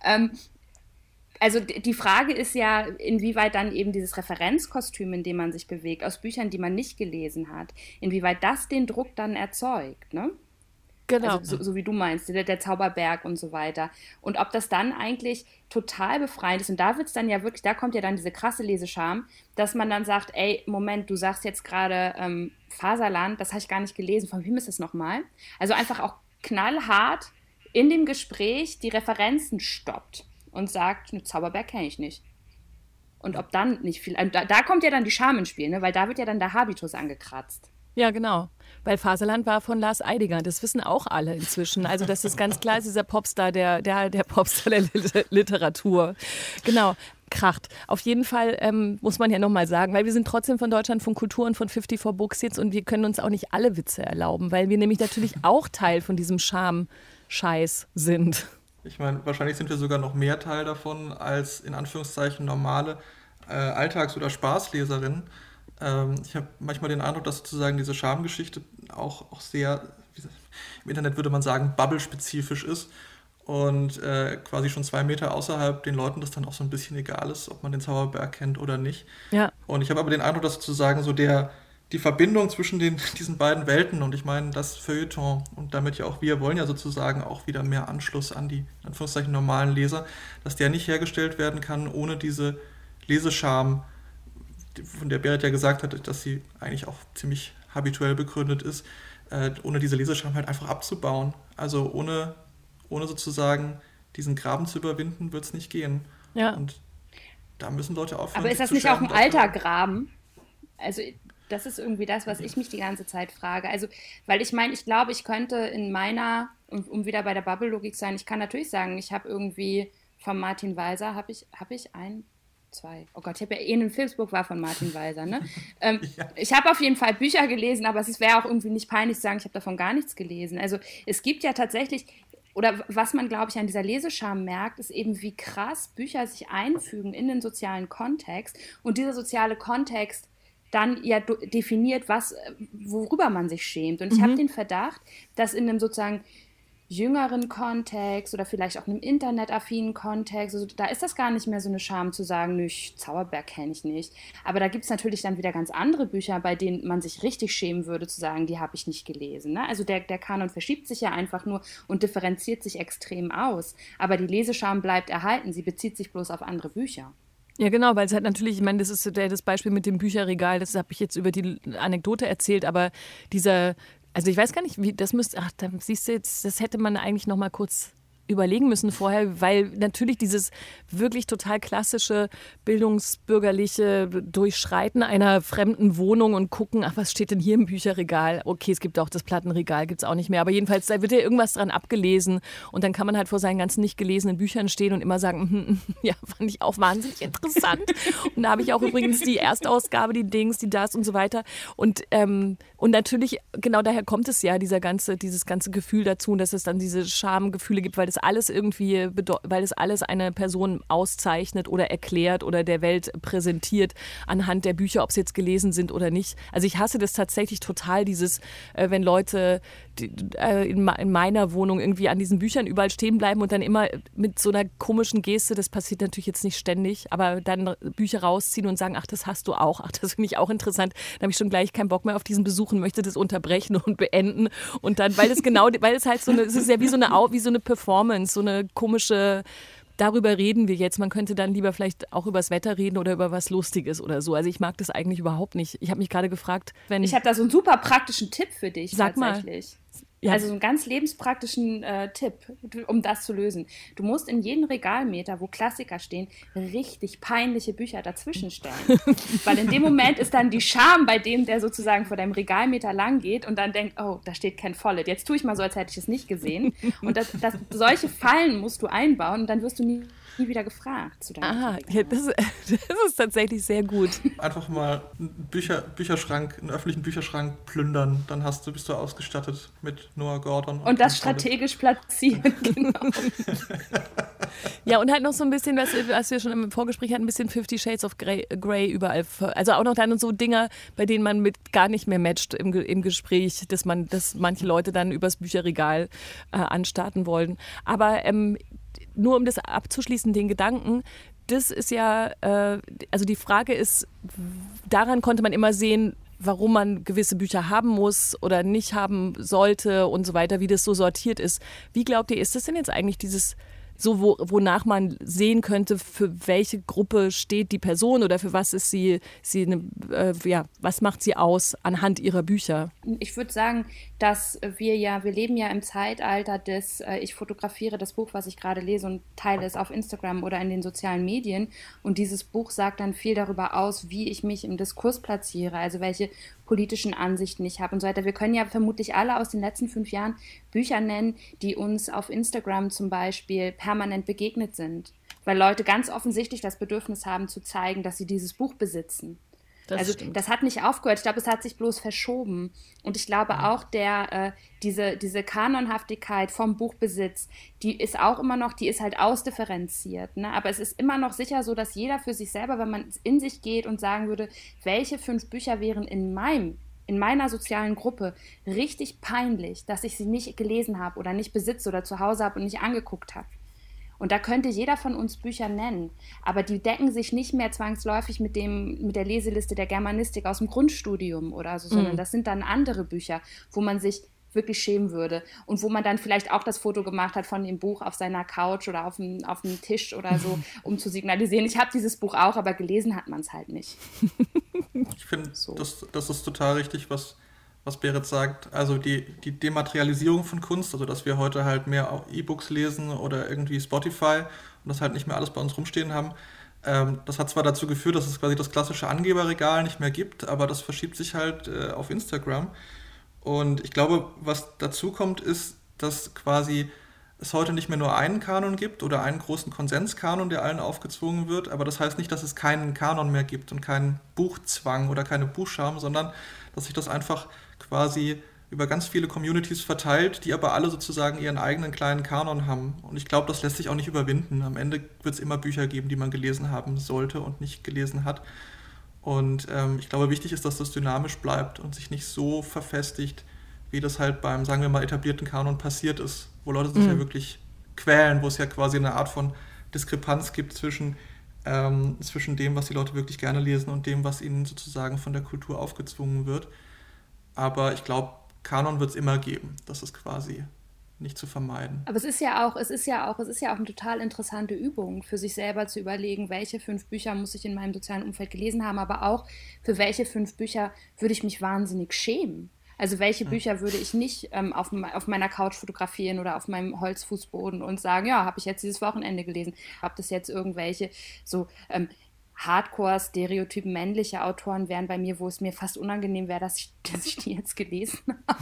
Also die Frage ist ja, inwieweit dann eben dieses Referenzkostüm, in dem man sich bewegt, aus Büchern, die man nicht gelesen hat, inwieweit das den Druck dann erzeugt, ne? Genau. Also so wie du meinst, der Zauberberg und so weiter. Und ob das dann eigentlich total befreiend ist. Und da wird's dann ja wirklich, da kommt ja dann diese krasse Lesescham, dass man dann sagt, ey, Moment, du sagst jetzt gerade Faserland, das habe ich gar nicht gelesen. Von wem ist das nochmal? Also einfach auch knallhart in dem Gespräch die Referenzen stoppt und sagt, ne, Zauberberg kenne ich nicht. Und ob dann nicht viel, da kommt ja dann die Scham ins Spiel, ne? Weil da wird ja dann der Habitus angekratzt. Ja, genau. Weil Faserland war von Lars Eidinger. Das wissen auch alle inzwischen. Also das ist ganz klar, ist dieser Popstar, der Popstar der Literatur. Genau. Kracht. Auf jeden Fall muss man ja nochmal sagen, weil wir sind trotzdem von Deutschlandfunk Kultur und von 54 Books jetzt und wir können uns auch nicht alle Witze erlauben, weil wir nämlich natürlich auch Teil von diesem Scham-Scheiß sind. Ich meine, wahrscheinlich sind wir sogar noch mehr Teil davon als in Anführungszeichen normale Alltags- oder Spaßleserinnen. Ich habe manchmal den Eindruck, dass sozusagen diese Schamgeschichte auch sehr, im Internet würde man sagen, bubble-spezifisch ist und quasi schon 2 Meter außerhalb den Leuten das dann auch so ein bisschen egal ist, ob man den Zauberberg kennt oder nicht. Ja. Und ich habe aber den Eindruck, dass sozusagen so die Verbindung zwischen diesen beiden Welten und ich meine, das Feuilleton und damit ja auch wir wollen ja sozusagen auch wieder mehr Anschluss an die, in Anführungszeichen, normalen Leser, dass der nicht hergestellt werden kann ohne diese Lesescham, von der Berit ja gesagt hat, dass sie eigentlich auch ziemlich habituell begründet ist, ohne diese Lesescham halt einfach abzubauen. Also ohne sozusagen diesen Graben zu überwinden, wird es nicht gehen. Ja. Und da müssen Leute aufhören. Aber ist das nicht auch ein alter Graben? Also das ist irgendwie das, was ich mich die ganze Zeit frage. Also, weil ich meine, ich glaube, ich könnte in meiner, um wieder bei der Bubble-Logik sein, ich kann natürlich sagen, ich habe irgendwie von Martin Walser, habe ich zwei. Oh Gott, ich habe ja ein Filmsbuch war von Martin Walser, ne? Ja. Ich habe auf jeden Fall Bücher gelesen, aber es wäre auch irgendwie nicht peinlich zu sagen, ich habe davon gar nichts gelesen. Also es gibt ja tatsächlich, oder was man, glaube ich, an dieser Lesescham merkt, ist eben, wie krass Bücher sich einfügen in den sozialen Kontext und dieser soziale Kontext dann ja definiert, worüber man sich schämt. Und ich habe den Verdacht, dass in einem sozusagen jüngeren Kontext oder vielleicht auch einem internetaffinen Kontext, also da ist das gar nicht mehr so eine Scham zu sagen, nö, Zauberberg kenne ich nicht. Aber da gibt es natürlich dann wieder ganz andere Bücher, bei denen man sich richtig schämen würde, zu sagen, die habe ich nicht gelesen. Ne? Also der Kanon verschiebt sich ja einfach nur und differenziert sich extrem aus. Aber die Lesescham bleibt erhalten, sie bezieht sich bloß auf andere Bücher. Ja, genau, weil es halt natürlich, ich meine, das ist das Beispiel mit dem Bücherregal, das habe ich jetzt über die Anekdote erzählt, aber also ich weiß gar nicht, da siehst du jetzt, das hätte man eigentlich noch mal kurz überlegen müssen vorher, weil natürlich dieses wirklich total klassische bildungsbürgerliche Durchschreiten einer fremden Wohnung und gucken, ach, was steht denn hier im Bücherregal? Okay, es gibt auch das Plattenregal, gibt es auch nicht mehr, aber jedenfalls, da wird ja irgendwas dran abgelesen und dann kann man halt vor seinen ganzen nicht gelesenen Büchern stehen und immer sagen, ja, fand ich auch wahnsinnig interessant. Und da habe ich auch übrigens die Erstausgabe, die Dings, die das und so weiter und natürlich, genau daher kommt es ja, dieses ganze Gefühl dazu, dass es dann diese Schamgefühle gibt, weil das alles irgendwie, weil es alles eine Person auszeichnet oder erklärt oder der Welt präsentiert anhand der Bücher, ob sie jetzt gelesen sind oder nicht. Also ich hasse das tatsächlich total, wenn Leute in meiner Wohnung irgendwie an diesen Büchern überall stehen bleiben und dann immer mit so einer komischen Geste, das passiert natürlich jetzt nicht ständig, aber dann Bücher rausziehen und sagen, ach, das hast du auch, ach, das finde ich auch interessant, dann habe ich schon gleich keinen Bock mehr auf diesen Besuch und möchte das unterbrechen und beenden und dann, weil es halt es ist ja wie so eine Performance, so eine komische, darüber reden wir jetzt. Man könnte dann lieber vielleicht auch über das Wetter reden oder über was Lustiges oder so. Also ich mag das eigentlich überhaupt nicht. Ich habe mich gerade gefragt, ich habe da so einen super praktischen Tipp für dich. Sag tatsächlich. Mal. Ja. Also so einen ganz lebenspraktischen Tipp, um das zu lösen. Du musst in jeden Regalmeter, wo Klassiker stehen, richtig peinliche Bücher dazwischen stellen. Weil in dem Moment ist dann die Scham bei dem, der sozusagen vor deinem Regalmeter lang geht und dann denkt, oh, da steht Ken Follett. Jetzt tue ich mal so, als hätte ich es nicht gesehen. Und solche Fallen musst du einbauen und dann wirst du nie wieder gefragt zu deinem ja, das ist tatsächlich sehr gut. Einfach mal einen Bücherschrank, einen öffentlichen Bücherschrank plündern, dann bist du ausgestattet mit Noah Gordon. Und das strategisch platzieren, genau. Ja, und halt noch so ein bisschen, was wir schon im Vorgespräch hatten, ein bisschen 50 Shades of Grey überall. Also auch noch dann so Dinger, bei denen man mit gar nicht mehr matcht im Gespräch, dass manche Leute dann übers Bücherregal anstarten wollen. Aber nur um das abzuschließen, den Gedanken, das ist ja, also die Frage ist, daran konnte man immer sehen, warum man gewisse Bücher haben muss oder nicht haben sollte und so weiter, wie das so sortiert ist. Wie glaubt ihr, ist das denn jetzt eigentlich dieses so, wonach man sehen könnte, für welche Gruppe steht die Person oder für was ist was macht sie aus anhand ihrer Bücher? Ich würde sagen, dass wir leben ja im Zeitalter ich fotografiere das Buch, was ich gerade lese und teile es auf Instagram oder in den sozialen Medien und dieses Buch sagt dann viel darüber aus, wie ich mich im Diskurs platziere, also welche politischen Ansichten ich habe und so weiter. Wir können ja vermutlich alle aus den letzten 5 Jahren Bücher nennen, die uns auf Instagram zum Beispiel permanent begegnet sind, weil Leute ganz offensichtlich das Bedürfnis haben zu zeigen, dass sie dieses Buch besitzen. Das hat nicht aufgehört, ich glaube, es hat sich bloß verschoben. Und ich glaube auch, diese Kanonhaftigkeit vom Buchbesitz, die ist auch immer noch, die ist halt ausdifferenziert. Ne? Aber es ist immer noch sicher so, dass jeder für sich selber, wenn man in sich geht und sagen würde, welche 5 Bücher wären in meiner sozialen Gruppe richtig peinlich, dass ich sie nicht gelesen habe oder nicht besitze oder zu Hause habe und nicht angeguckt habe. Und da könnte jeder von uns Bücher nennen, aber die decken sich nicht mehr zwangsläufig mit der Leseliste der Germanistik aus dem Grundstudium oder so, sondern das sind dann andere Bücher, wo man sich wirklich schämen würde und wo man dann vielleicht auch das Foto gemacht hat von dem Buch auf seiner Couch oder auf dem Tisch oder so, um zu signalisieren, ich habe dieses Buch auch, aber gelesen hat man es halt nicht. Ich finde, das ist total richtig, was Berit sagt, also die Dematerialisierung von Kunst, also dass wir heute halt mehr E-Books lesen oder irgendwie Spotify und das halt nicht mehr alles bei uns rumstehen haben, Das hat zwar dazu geführt, dass es quasi das klassische Angeberregal nicht mehr gibt, aber das verschiebt sich halt auf Instagram. Und ich glaube, was dazu kommt, ist, dass quasi es heute nicht mehr nur einen Kanon gibt oder einen großen Konsenskanon, der allen aufgezwungen wird, aber das heißt nicht, dass es keinen Kanon mehr gibt und keinen Buchzwang oder keine Buchscham, sondern dass sich das einfach quasi über ganz viele Communities verteilt, die aber alle sozusagen ihren eigenen kleinen Kanon haben. Und ich glaube, das lässt sich auch nicht überwinden. Am Ende wird es immer Bücher geben, die man gelesen haben sollte und nicht gelesen hat. Und ich glaube, wichtig ist, dass das dynamisch bleibt und sich nicht so verfestigt, wie das halt beim, sagen wir mal, etablierten Kanon passiert ist, wo Leute sich ja wirklich quälen, wo es ja quasi eine Art von Diskrepanz gibt zwischen dem, was die Leute wirklich gerne lesen und dem, was ihnen sozusagen von der Kultur aufgezwungen wird. Aber ich glaube, Kanon wird es immer geben. Das ist quasi nicht zu vermeiden. Aber es ist ja auch eine total interessante Übung, für sich selber zu überlegen, welche 5 Bücher muss ich in meinem sozialen Umfeld gelesen haben, aber auch für welche 5 Bücher würde ich mich wahnsinnig schämen. Also welche Bücher würde ich nicht auf meiner Couch fotografieren oder auf meinem Holzfußboden und sagen, ja, habe ich jetzt dieses Wochenende gelesen. Ob das jetzt irgendwelche so Hardcore-Stereotypen männliche Autoren wären bei mir, wo es mir fast unangenehm wäre, dass ich die jetzt gelesen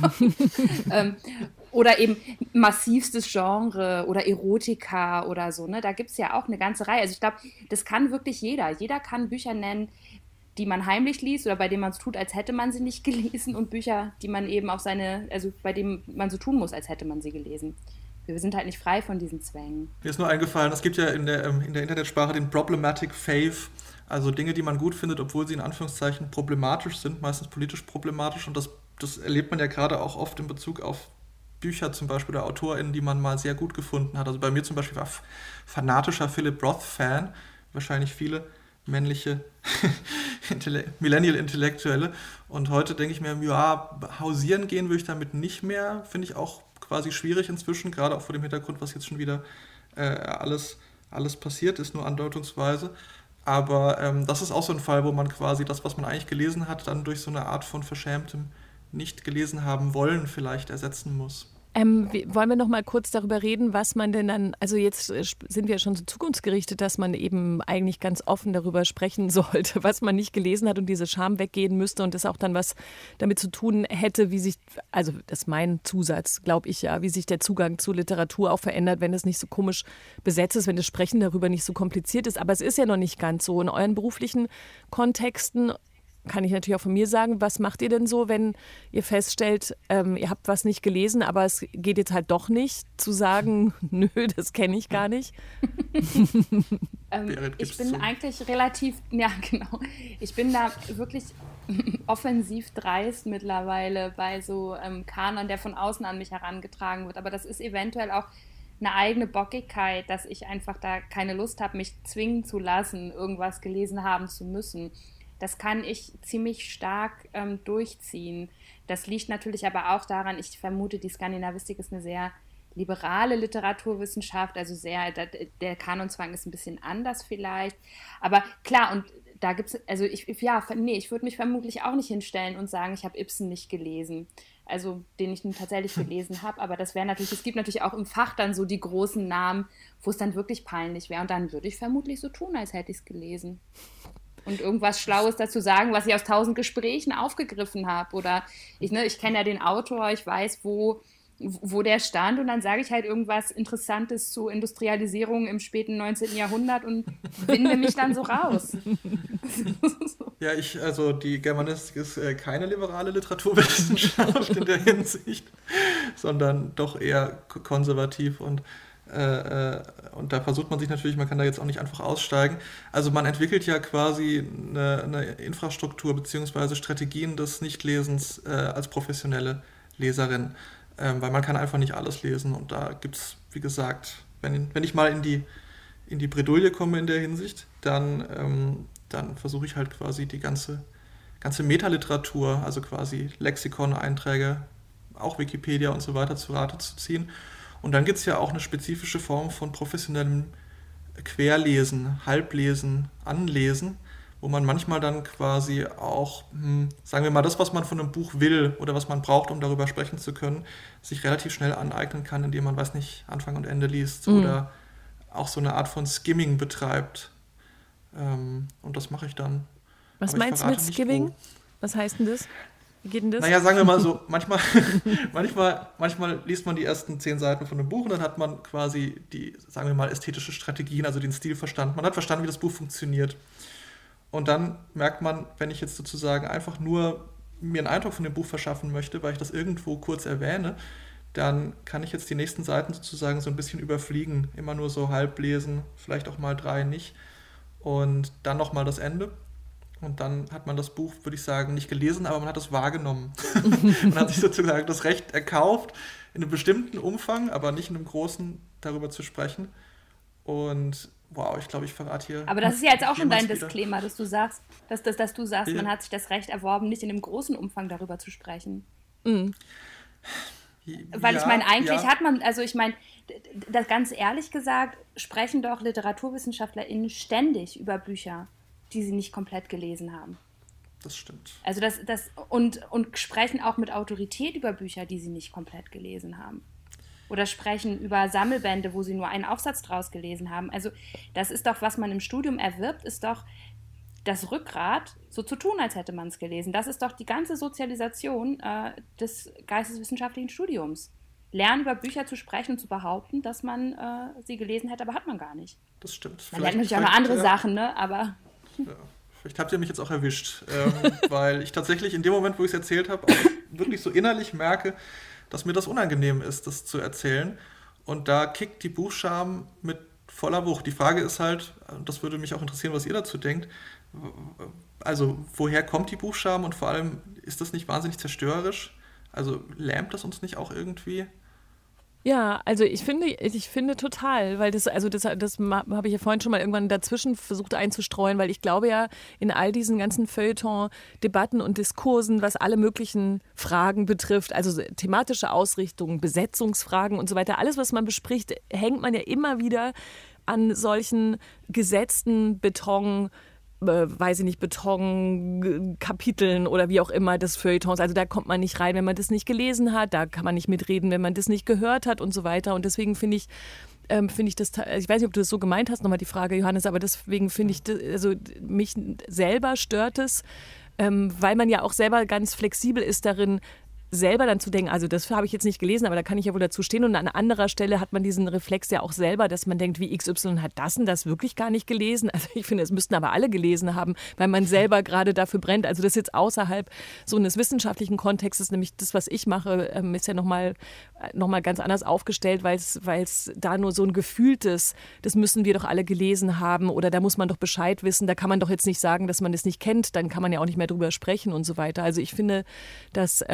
habe. Oder eben massivstes Genre oder Erotika oder so. Ne? Da gibt es ja auch eine ganze Reihe. Also ich glaube, das kann wirklich jeder. Jeder kann Bücher nennen, die man heimlich liest oder bei denen man es tut, als hätte man sie nicht gelesen, und Bücher, die man eben bei denen man so tun muss, als hätte man sie gelesen. Wir sind halt nicht frei von diesen Zwängen. Mir ist nur eingefallen, es gibt ja in der Internetsprache den Problematic Fave, also Dinge, die man gut findet, obwohl sie in Anführungszeichen problematisch sind, meistens politisch problematisch, und das erlebt man ja gerade auch oft in Bezug auf Bücher zum Beispiel oder AutorInnen, die man mal sehr gut gefunden hat. Also bei mir zum Beispiel war fanatischer Philip Roth-Fan, wahrscheinlich viele männliche Millennial-Intellektuelle, und heute denke ich mir, ja, hausieren gehen würde ich damit nicht mehr, finde ich auch quasi schwierig inzwischen, gerade auch vor dem Hintergrund, was jetzt schon wieder alles passiert ist, nur andeutungsweise. Aber das ist auch so ein Fall, wo man quasi das, was man eigentlich gelesen hat, dann durch so eine Art von verschämtem nicht gelesen haben wollen vielleicht ersetzen muss. Wollen wir noch mal kurz darüber reden, was man denn dann, also jetzt sind wir schon so zukunftsgerichtet, dass man eben eigentlich ganz offen darüber sprechen sollte, was man nicht gelesen hat und diese Scham weggehen müsste und das auch dann was damit zu tun hätte, wie sich, also das ist mein Zusatz, glaube ich ja, wie sich der Zugang zu Literatur auch verändert, wenn es nicht so komisch besetzt ist, wenn das Sprechen darüber nicht so kompliziert ist. Aber es ist ja noch nicht ganz so. In euren beruflichen Kontexten kann ich natürlich auch von mir sagen, was macht ihr denn so, wenn ihr feststellt, ihr habt was nicht gelesen, aber es geht jetzt halt doch nicht, zu sagen, nö, das kenne ich gar nicht? Ich bin eigentlich relativ, ja genau, ich bin da wirklich offensiv dreist mittlerweile bei so Kanon, der von außen an mich herangetragen wird, aber das ist eventuell auch eine eigene Bockigkeit, dass ich einfach da keine Lust habe, mich zwingen zu lassen, irgendwas gelesen haben zu müssen. Das kann ich ziemlich stark durchziehen. Das liegt natürlich aber auch daran, ich vermute, die Skandinavistik ist eine sehr liberale Literaturwissenschaft, also der Kanonzwang ist ein bisschen anders vielleicht. Aber klar, und da gibt es, also ich würde mich vermutlich auch nicht hinstellen und sagen, ich habe Ibsen nicht gelesen. Also den ich nun tatsächlich gelesen habe, aber es gibt natürlich auch im Fach dann so die großen Namen, wo es dann wirklich peinlich wäre. Und dann würde ich vermutlich so tun, als hätte ich es gelesen. Und irgendwas Schlaues dazu sagen, was ich aus 1000 Gesprächen aufgegriffen habe. Oder ich kenne ja den Autor, ich weiß, wo der stand, und dann sage ich halt irgendwas Interessantes zu Industrialisierung im späten 19. Jahrhundert und winde mich dann so raus. Ja, die Germanistik ist keine liberale Literaturwissenschaft in der Hinsicht, sondern doch eher konservativ, und da versucht man sich natürlich, man kann da jetzt auch nicht einfach aussteigen. Also man entwickelt ja quasi eine Infrastruktur bzw. Strategien des Nichtlesens als professionelle Leserin, weil man kann einfach nicht alles lesen, und da gibt es, wie gesagt, wenn ich mal in die Bredouille komme in der Hinsicht, dann versuche ich halt quasi die ganze Metaliteratur, also quasi Lexikon-Einträge, auch Wikipedia und so weiter zu Rate zu ziehen. Und dann gibt es ja auch eine spezifische Form von professionellem Querlesen, Halblesen, Anlesen, wo man manchmal dann quasi auch, sagen wir mal, das, was man von einem Buch will oder was man braucht, um darüber sprechen zu können, sich relativ schnell aneignen kann, indem man, weiß nicht, Anfang und Ende liest oder auch so eine Art von Skimming betreibt. Und das mache ich dann. Was meinst du mit Skimming? Was heißt denn das? Wie geht denn das? Naja, sagen wir mal so, manchmal liest man die ersten 10 Seiten von einem Buch und dann hat man quasi die, sagen wir mal, ästhetische Strategien, also den Stil verstanden. Man hat verstanden, wie das Buch funktioniert. Und dann merkt man, wenn ich jetzt sozusagen einfach nur mir einen Eindruck von dem Buch verschaffen möchte, weil ich das irgendwo kurz erwähne, dann kann ich jetzt die nächsten Seiten sozusagen so ein bisschen überfliegen, immer nur so halb lesen, vielleicht auch mal 3 nicht. Und dann nochmal das Ende. Und dann hat man das Buch, würde ich sagen, nicht gelesen, aber man hat es wahrgenommen. Man hat sich sozusagen das Recht erkauft, in einem bestimmten Umfang, aber nicht in einem großen, darüber zu sprechen. Und wow, ich glaube, ich verrate hier. Aber das ist ja jetzt auch schon dein Disclaimer, dass du sagst, man hat sich das Recht erworben, nicht in einem großen Umfang darüber zu sprechen. Mhm. Weil ich meine, eigentlich hat man, also ich meine, das ganz ehrlich gesagt, sprechen doch LiteraturwissenschaftlerInnen ständig über Bücher, die sie nicht komplett gelesen haben. Das stimmt. Also und sprechen auch mit Autorität über Bücher, die sie nicht komplett gelesen haben. Oder sprechen über Sammelbände, wo sie nur einen Aufsatz draus gelesen haben. Also das ist doch, was man im Studium erwirbt, ist doch das Rückgrat, so zu tun, als hätte man es gelesen. Das ist doch die ganze Sozialisation des geisteswissenschaftlichen Studiums. Lernen, über Bücher zu sprechen und zu behaupten, dass man sie gelesen hätte, aber hat man gar nicht. Das stimmt. Man lernt natürlich auch noch andere Sachen, ne? Aber... Ja, vielleicht habt ihr mich jetzt auch erwischt, weil ich tatsächlich in dem Moment, wo ich es erzählt habe, auch wirklich so innerlich merke, dass mir das unangenehm ist, das zu erzählen. Und da kickt die Buchscham mit voller Wucht. Die Frage ist halt, und das würde mich auch interessieren, was ihr dazu denkt, also woher kommt die Buchscham und vor allem, ist das nicht wahnsinnig zerstörerisch? Also lähmt das uns nicht auch irgendwie? Ja, also ich finde total, weil das habe ich ja vorhin schon mal irgendwann dazwischen versucht einzustreuen, weil ich glaube ja, in all diesen ganzen Feuilleton-Debatten und Diskursen, was alle möglichen Fragen betrifft, also thematische Ausrichtungen, Besetzungsfragen und so weiter, alles, was man bespricht, hängt man ja immer wieder an solchen gesetzten Betonkapiteln oder wie auch immer des Feuilletons. Also da kommt man nicht rein, wenn man das nicht gelesen hat, da kann man nicht mitreden, wenn man das nicht gehört hat und so weiter. Und deswegen finde ich das, ich weiß nicht, ob du das so gemeint hast, nochmal die Frage, Johannes, aber deswegen finde ich, also mich selber stört es, weil man ja auch selber ganz flexibel ist darin, selber dann zu denken, also das habe ich jetzt nicht gelesen, aber da kann ich ja wohl dazu stehen. Und an anderer Stelle hat man diesen Reflex ja auch selber, dass man denkt, wie XY hat das und das wirklich gar nicht gelesen. Also ich finde, es müssten aber alle gelesen haben, weil man selber gerade dafür brennt. Also das ist jetzt außerhalb so eines wissenschaftlichen Kontextes, nämlich das, was ich mache, ist ja nochmal ganz anders aufgestellt, weil es da nur so ein gefühltes, das müssen wir doch alle gelesen haben oder da muss man doch Bescheid wissen. Da kann man doch jetzt nicht sagen, dass man das nicht kennt, dann kann man ja auch nicht mehr drüber sprechen und so weiter. Also ich finde, dass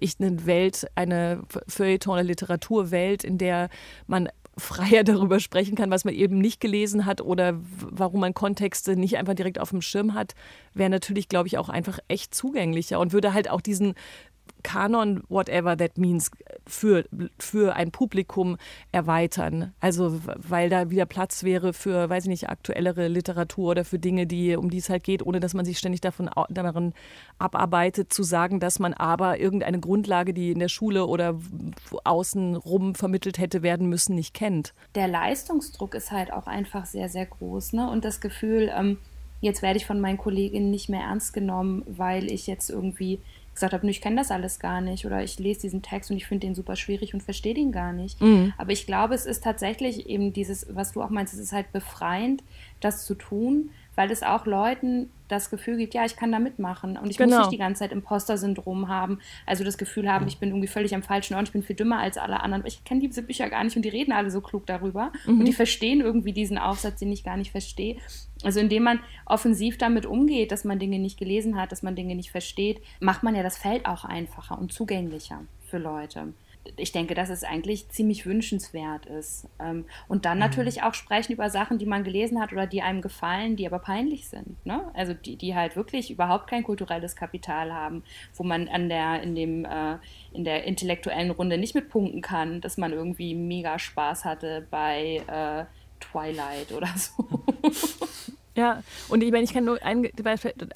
eine Feuilleton- oder Literaturwelt, in der man freier darüber sprechen kann, was man eben nicht gelesen hat oder warum man Kontexte nicht einfach direkt auf dem Schirm hat, wäre natürlich, glaube ich, auch einfach echt zugänglicher und würde halt auch diesen Kanon, whatever that means, für ein Publikum erweitern. Also weil da wieder Platz wäre für, weiß ich nicht, aktuellere Literatur oder für Dinge, um die es halt geht, ohne dass man sich ständig daran abarbeitet, zu sagen, dass man aber irgendeine Grundlage, die in der Schule oder außenrum vermittelt hätte werden müssen, nicht kennt. Der Leistungsdruck ist halt auch einfach sehr, sehr groß, ne? Und das Gefühl, jetzt werde ich von meinen Kolleginnen nicht mehr ernst genommen, weil ich jetzt irgendwie gesagt habe, ich kenne das alles gar nicht oder ich lese diesen Text und ich finde den super schwierig und verstehe den gar nicht. Mhm. Aber ich glaube, es ist tatsächlich eben dieses, was du auch meinst, es ist halt befreiend, das zu tun, weil es auch Leuten das Gefühl gibt, ja, ich kann da mitmachen und ich muss nicht die ganze Zeit Imposter-Syndrom haben, also das Gefühl haben, ich bin irgendwie völlig am falschen Ort, ich bin viel dümmer als alle anderen, ich kenne diese Bücher gar nicht und die reden alle so klug darüber und die verstehen irgendwie diesen Aufsatz, den ich gar nicht verstehe. Also indem man offensiv damit umgeht, dass man Dinge nicht gelesen hat, dass man Dinge nicht versteht, macht man ja das Feld auch einfacher und zugänglicher für Leute. Ich denke, dass es eigentlich ziemlich wünschenswert ist. Und dann natürlich auch sprechen über Sachen, die man gelesen hat oder die einem gefallen, die aber peinlich sind. Ne? Also die halt wirklich überhaupt kein kulturelles Kapital haben, wo man in der intellektuellen Runde nicht mit punkten kann, dass man irgendwie mega Spaß hatte bei Twilight oder so. Ja, und ich meine, ich kann nur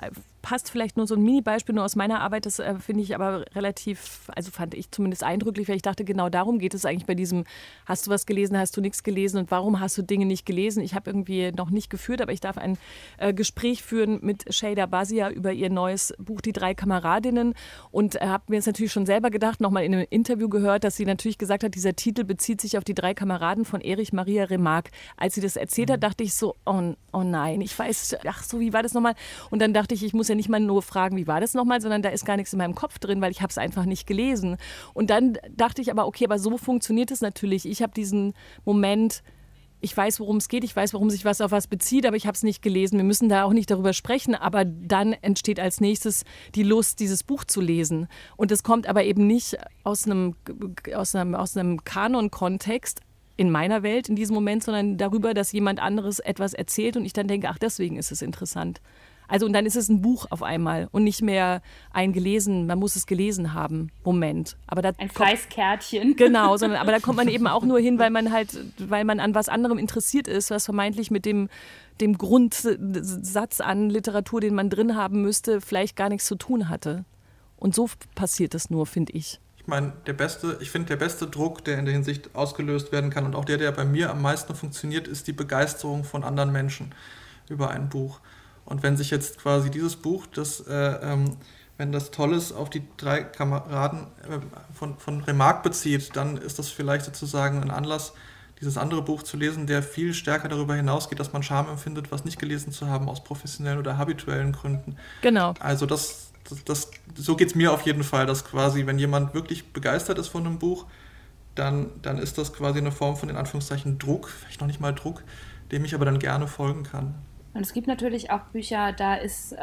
passt vielleicht nur so ein Mini-Beispiel nur aus meiner Arbeit, das finde ich aber relativ, also fand ich zumindest eindrücklich, weil ich dachte, genau darum geht es eigentlich bei diesem, hast du was gelesen, hast du nichts gelesen und warum hast du Dinge nicht gelesen? Ich habe irgendwie noch nicht geführt, aber ich darf ein Gespräch führen mit Şeyda Bazia über ihr neues Buch Die 3 Kameradinnen und habe mir jetzt natürlich schon selber gedacht, nochmal in einem Interview gehört, dass sie natürlich gesagt hat, dieser Titel bezieht sich auf die 3 Kameraden von Erich Maria Remarque. Als sie das erzählt hat, dachte ich so, oh nein, ich weiß, ach so, wie war das nochmal? Und dann dachte ich muss ja nicht mal nur fragen, wie war das nochmal, sondern da ist gar nichts in meinem Kopf drin, weil ich habe es einfach nicht gelesen. Und dann dachte ich aber, okay, aber so funktioniert es natürlich. Ich habe diesen Moment, ich weiß, worum es geht, ich weiß, warum sich was auf was bezieht, aber ich habe es nicht gelesen. Wir müssen da auch nicht darüber sprechen, aber dann entsteht als nächstes die Lust, dieses Buch zu lesen. Und das kommt aber eben nicht aus einem Kanon-Kontext, in meiner Welt in diesem Moment, sondern darüber, dass jemand anderes etwas erzählt und ich dann denke, ach, deswegen ist es interessant. Also und dann ist es ein Buch auf einmal und nicht mehr man muss es gelesen haben, Moment. Aber ein freies Kärtchen. Genau, aber da kommt man eben auch nur hin, weil man an was anderem interessiert ist, was vermeintlich mit dem Grundsatz an Literatur, den man drin haben müsste, vielleicht gar nichts zu tun hatte. Und so passiert es nur, finde ich. Ich meine, der beste Druck, der in der Hinsicht ausgelöst werden kann und auch der bei mir am meisten funktioniert, ist die Begeisterung von anderen Menschen über ein Buch. Und wenn sich jetzt quasi dieses Buch, wenn das Tolles auf die 3 Kameraden von Remarque bezieht, dann ist das vielleicht sozusagen ein Anlass, dieses andere Buch zu lesen, der viel stärker darüber hinausgeht, dass man Scham empfindet, was nicht gelesen zu haben, aus professionellen oder habituellen Gründen. Genau. Also so geht es mir auf jeden Fall, dass quasi, wenn jemand wirklich begeistert ist von einem Buch, dann ist das quasi eine Form von, in Anführungszeichen, Druck, vielleicht noch nicht mal Druck, dem ich aber dann gerne folgen kann. Und es gibt natürlich auch Bücher, da ist,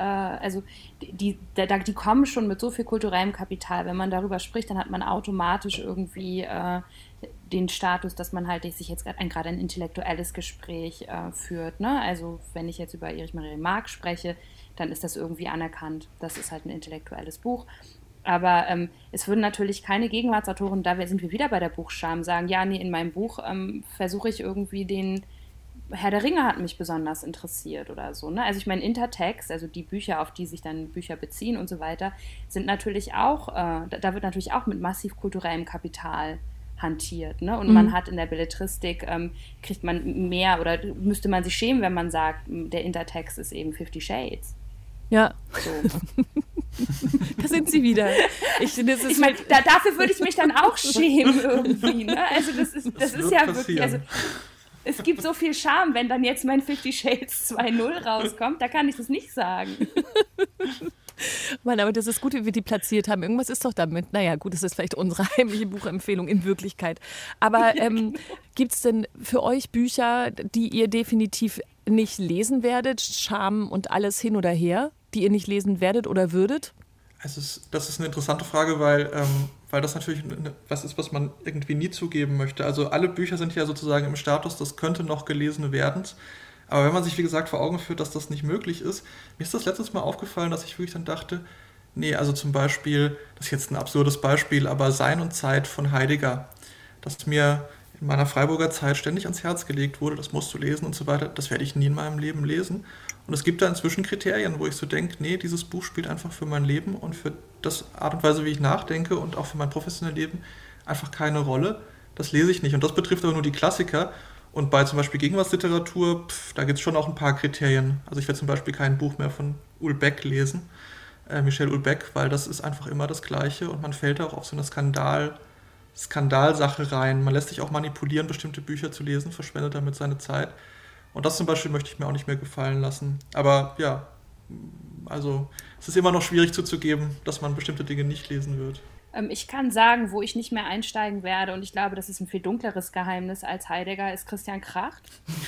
die kommen schon mit so viel kulturellem Kapital. Wenn man darüber spricht, dann hat man automatisch irgendwie den Status, dass man halt sich jetzt gerade ein intellektuelles Gespräch führt. Ne? Also wenn ich jetzt über Erich Maria Remarque spreche, dann ist das irgendwie anerkannt. Das ist halt ein intellektuelles Buch. Aber es würden natürlich keine Gegenwartsautoren, sind wir wieder bei der Buchscham, sagen, ja, nee, in meinem Buch versuche ich irgendwie den Herr der Ringe hat mich besonders interessiert oder so. Ne? Also ich meine, Intertext, also die Bücher, auf die sich dann Bücher beziehen und so weiter, sind natürlich auch, da wird natürlich auch mit massiv kulturellem Kapital hantiert. Ne? Und man hat in der Belletristik, kriegt man mehr oder müsste man sich schämen, wenn man sagt, der Intertext ist eben 50 Shades. Ja. So. Da sind sie wieder. Ich meine, dafür würde ich mich dann auch schämen irgendwie. Ne? Also das ist ja wirklich... Also, es gibt so viel Charme, wenn dann jetzt mein 50 Shades 2.0 rauskommt, da kann ich das nicht sagen. Mann, aber das ist gut, wie wir die platziert haben. Irgendwas ist doch damit. Naja, gut, das ist vielleicht unsere heimliche Buchempfehlung in Wirklichkeit. Aber gibt es denn für euch Bücher, die ihr definitiv nicht lesen werdet? Scham und alles hin oder her, die ihr nicht lesen werdet oder würdet? Das ist eine interessante Frage, weil das natürlich was ist, was man irgendwie nie zugeben möchte. Also alle Bücher sind ja sozusagen im Status, das könnte noch gelesen werden. Aber wenn man sich, wie gesagt, vor Augen führt, dass das nicht möglich ist, mir ist das letztes Mal aufgefallen, dass ich wirklich dann dachte, nee, also zum Beispiel, das ist jetzt ein absurdes Beispiel, aber Sein und Zeit von Heidegger, das mir in meiner Freiburger Zeit ständig ans Herz gelegt wurde, das musst du lesen und so weiter, das werde ich nie in meinem Leben lesen. Und es gibt da inzwischen Kriterien, wo ich so denke, nee, dieses Buch spielt einfach für mein Leben und für das Art und Weise, wie ich nachdenke und auch für mein professionelles Leben einfach keine Rolle. Das lese ich nicht. Und das betrifft aber nur die Klassiker. Und bei zum Beispiel Gegenwartsliteratur, da gibt es schon auch ein paar Kriterien. Also ich werde zum Beispiel kein Buch mehr von Houellebecq lesen, Michel Houellebecq, weil das ist einfach immer das Gleiche und man fällt auch auf so eine Skandalsache rein. Man lässt sich auch manipulieren, bestimmte Bücher zu lesen, verschwendet damit seine Zeit. Und das zum Beispiel möchte ich mir auch nicht mehr gefallen lassen. Aber ja, also es ist immer noch schwierig zuzugeben, dass man bestimmte Dinge nicht lesen wird. Ich kann sagen, wo ich nicht mehr einsteigen werde, und ich glaube, das ist ein viel dunkleres Geheimnis als Heidegger, ist Christian Kracht.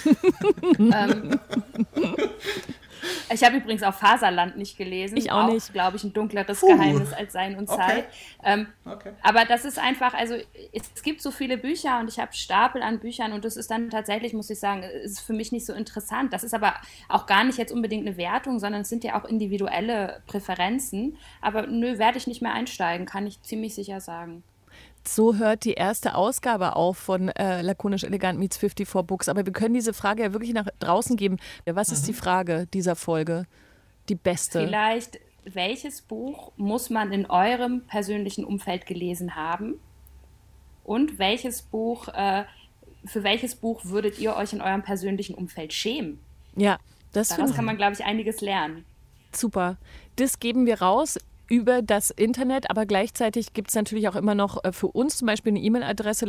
Ich habe übrigens auch Faserland nicht gelesen. Ich auch nicht. Glaube ich, ein dunkleres Geheimnis als Sein und Zeit. Okay. Aber das ist einfach, also es gibt so viele Bücher und ich habe Stapel an Büchern und das ist dann tatsächlich, muss ich sagen, ist für mich nicht so interessant. Das ist aber auch gar nicht jetzt unbedingt eine Wertung, sondern es sind ja auch individuelle Präferenzen. Aber nö, werde ich nicht mehr einsteigen, kann ich ziemlich sicher sagen. So hört die erste Ausgabe auf von Lakonisch Elegant meets 54 Books. Aber wir können diese Frage ja wirklich nach draußen geben. Was ist die Frage dieser Folge? die beste? Vielleicht, welches Buch muss man in eurem persönlichen Umfeld gelesen haben? Und für welches Buch würdet ihr euch in eurem persönlichen Umfeld schämen? Ja, daraus kann man, glaube ich, einiges lernen. Super. Das geben wir raus über das Internet, aber gleichzeitig gibt es natürlich auch immer noch für uns zum Beispiel eine E-Mail-Adresse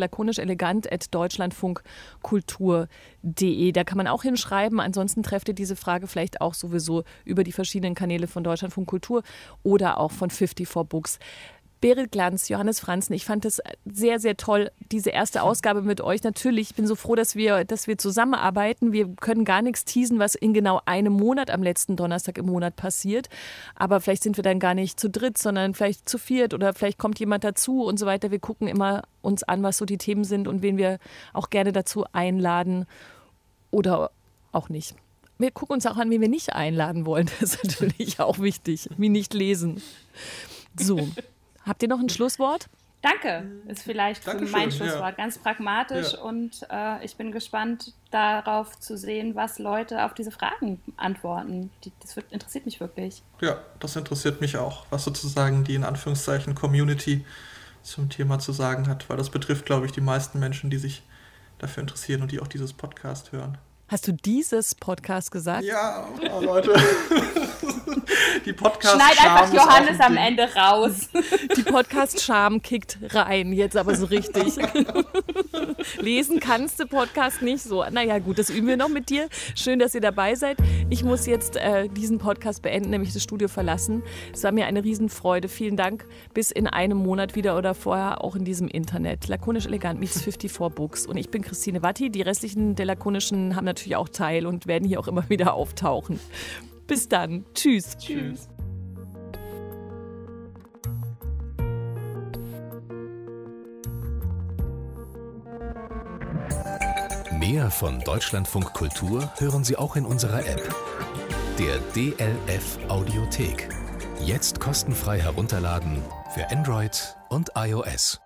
lakonischelegant@deutschlandfunkkultur.de. Da kann man auch hinschreiben. Ansonsten trefft ihr diese Frage vielleicht auch sowieso über die verschiedenen Kanäle von Deutschlandfunk Kultur oder auch von 54 Books. Berit Glanz, Johannes Franzen, ich fand es sehr, sehr toll, diese erste Ausgabe mit euch. Natürlich, ich bin so froh, dass wir zusammenarbeiten. Wir können gar nichts teasen, was in genau einem Monat am letzten Donnerstag im Monat passiert. Aber vielleicht sind wir dann gar nicht zu dritt, sondern vielleicht zu viert oder vielleicht kommt jemand dazu und so weiter. Wir gucken immer uns an, was so die Themen sind und wen wir auch gerne dazu einladen oder auch nicht. Wir gucken uns auch an, wen wir nicht einladen wollen. Das ist natürlich auch wichtig, wie nicht lesen. So. Habt ihr noch ein Schlusswort? Danke, ist vielleicht mein Schlusswort. Ja. Ganz pragmatisch und ich bin gespannt darauf zu sehen, was Leute auf diese Fragen antworten. Das interessiert mich wirklich. Ja, das interessiert mich auch, was sozusagen die in Anführungszeichen Community zum Thema zu sagen hat, weil das betrifft, glaube ich, die meisten Menschen, die sich dafür interessieren und die auch dieses Podcast hören. Hast du dieses Podcast gesagt? Ja, Leute. Die Podcast-Scham schneid einfach Johannes am Ende raus. Die Podcast-Scham kickt rein, jetzt aber so richtig. Lesen kannst du Podcast nicht so. Naja gut, das üben wir noch mit dir. Schön, dass ihr dabei seid. Ich muss jetzt diesen Podcast beenden, nämlich das Studio verlassen. Es war mir eine Riesenfreude. Vielen Dank. Bis in einem Monat wieder oder vorher auch in diesem Internet. Lakonisch Elegant meets 54 Books. Und ich bin Christine Watti. Die restlichen der Lakonischen haben natürlich auch teil und werden hier auch immer wieder auftauchen. Bis dann. Tschüss. Tschüss. Mehr von Deutschlandfunk Kultur hören Sie auch in unserer App, der DLF Audiothek. Jetzt kostenfrei herunterladen für Android und iOS.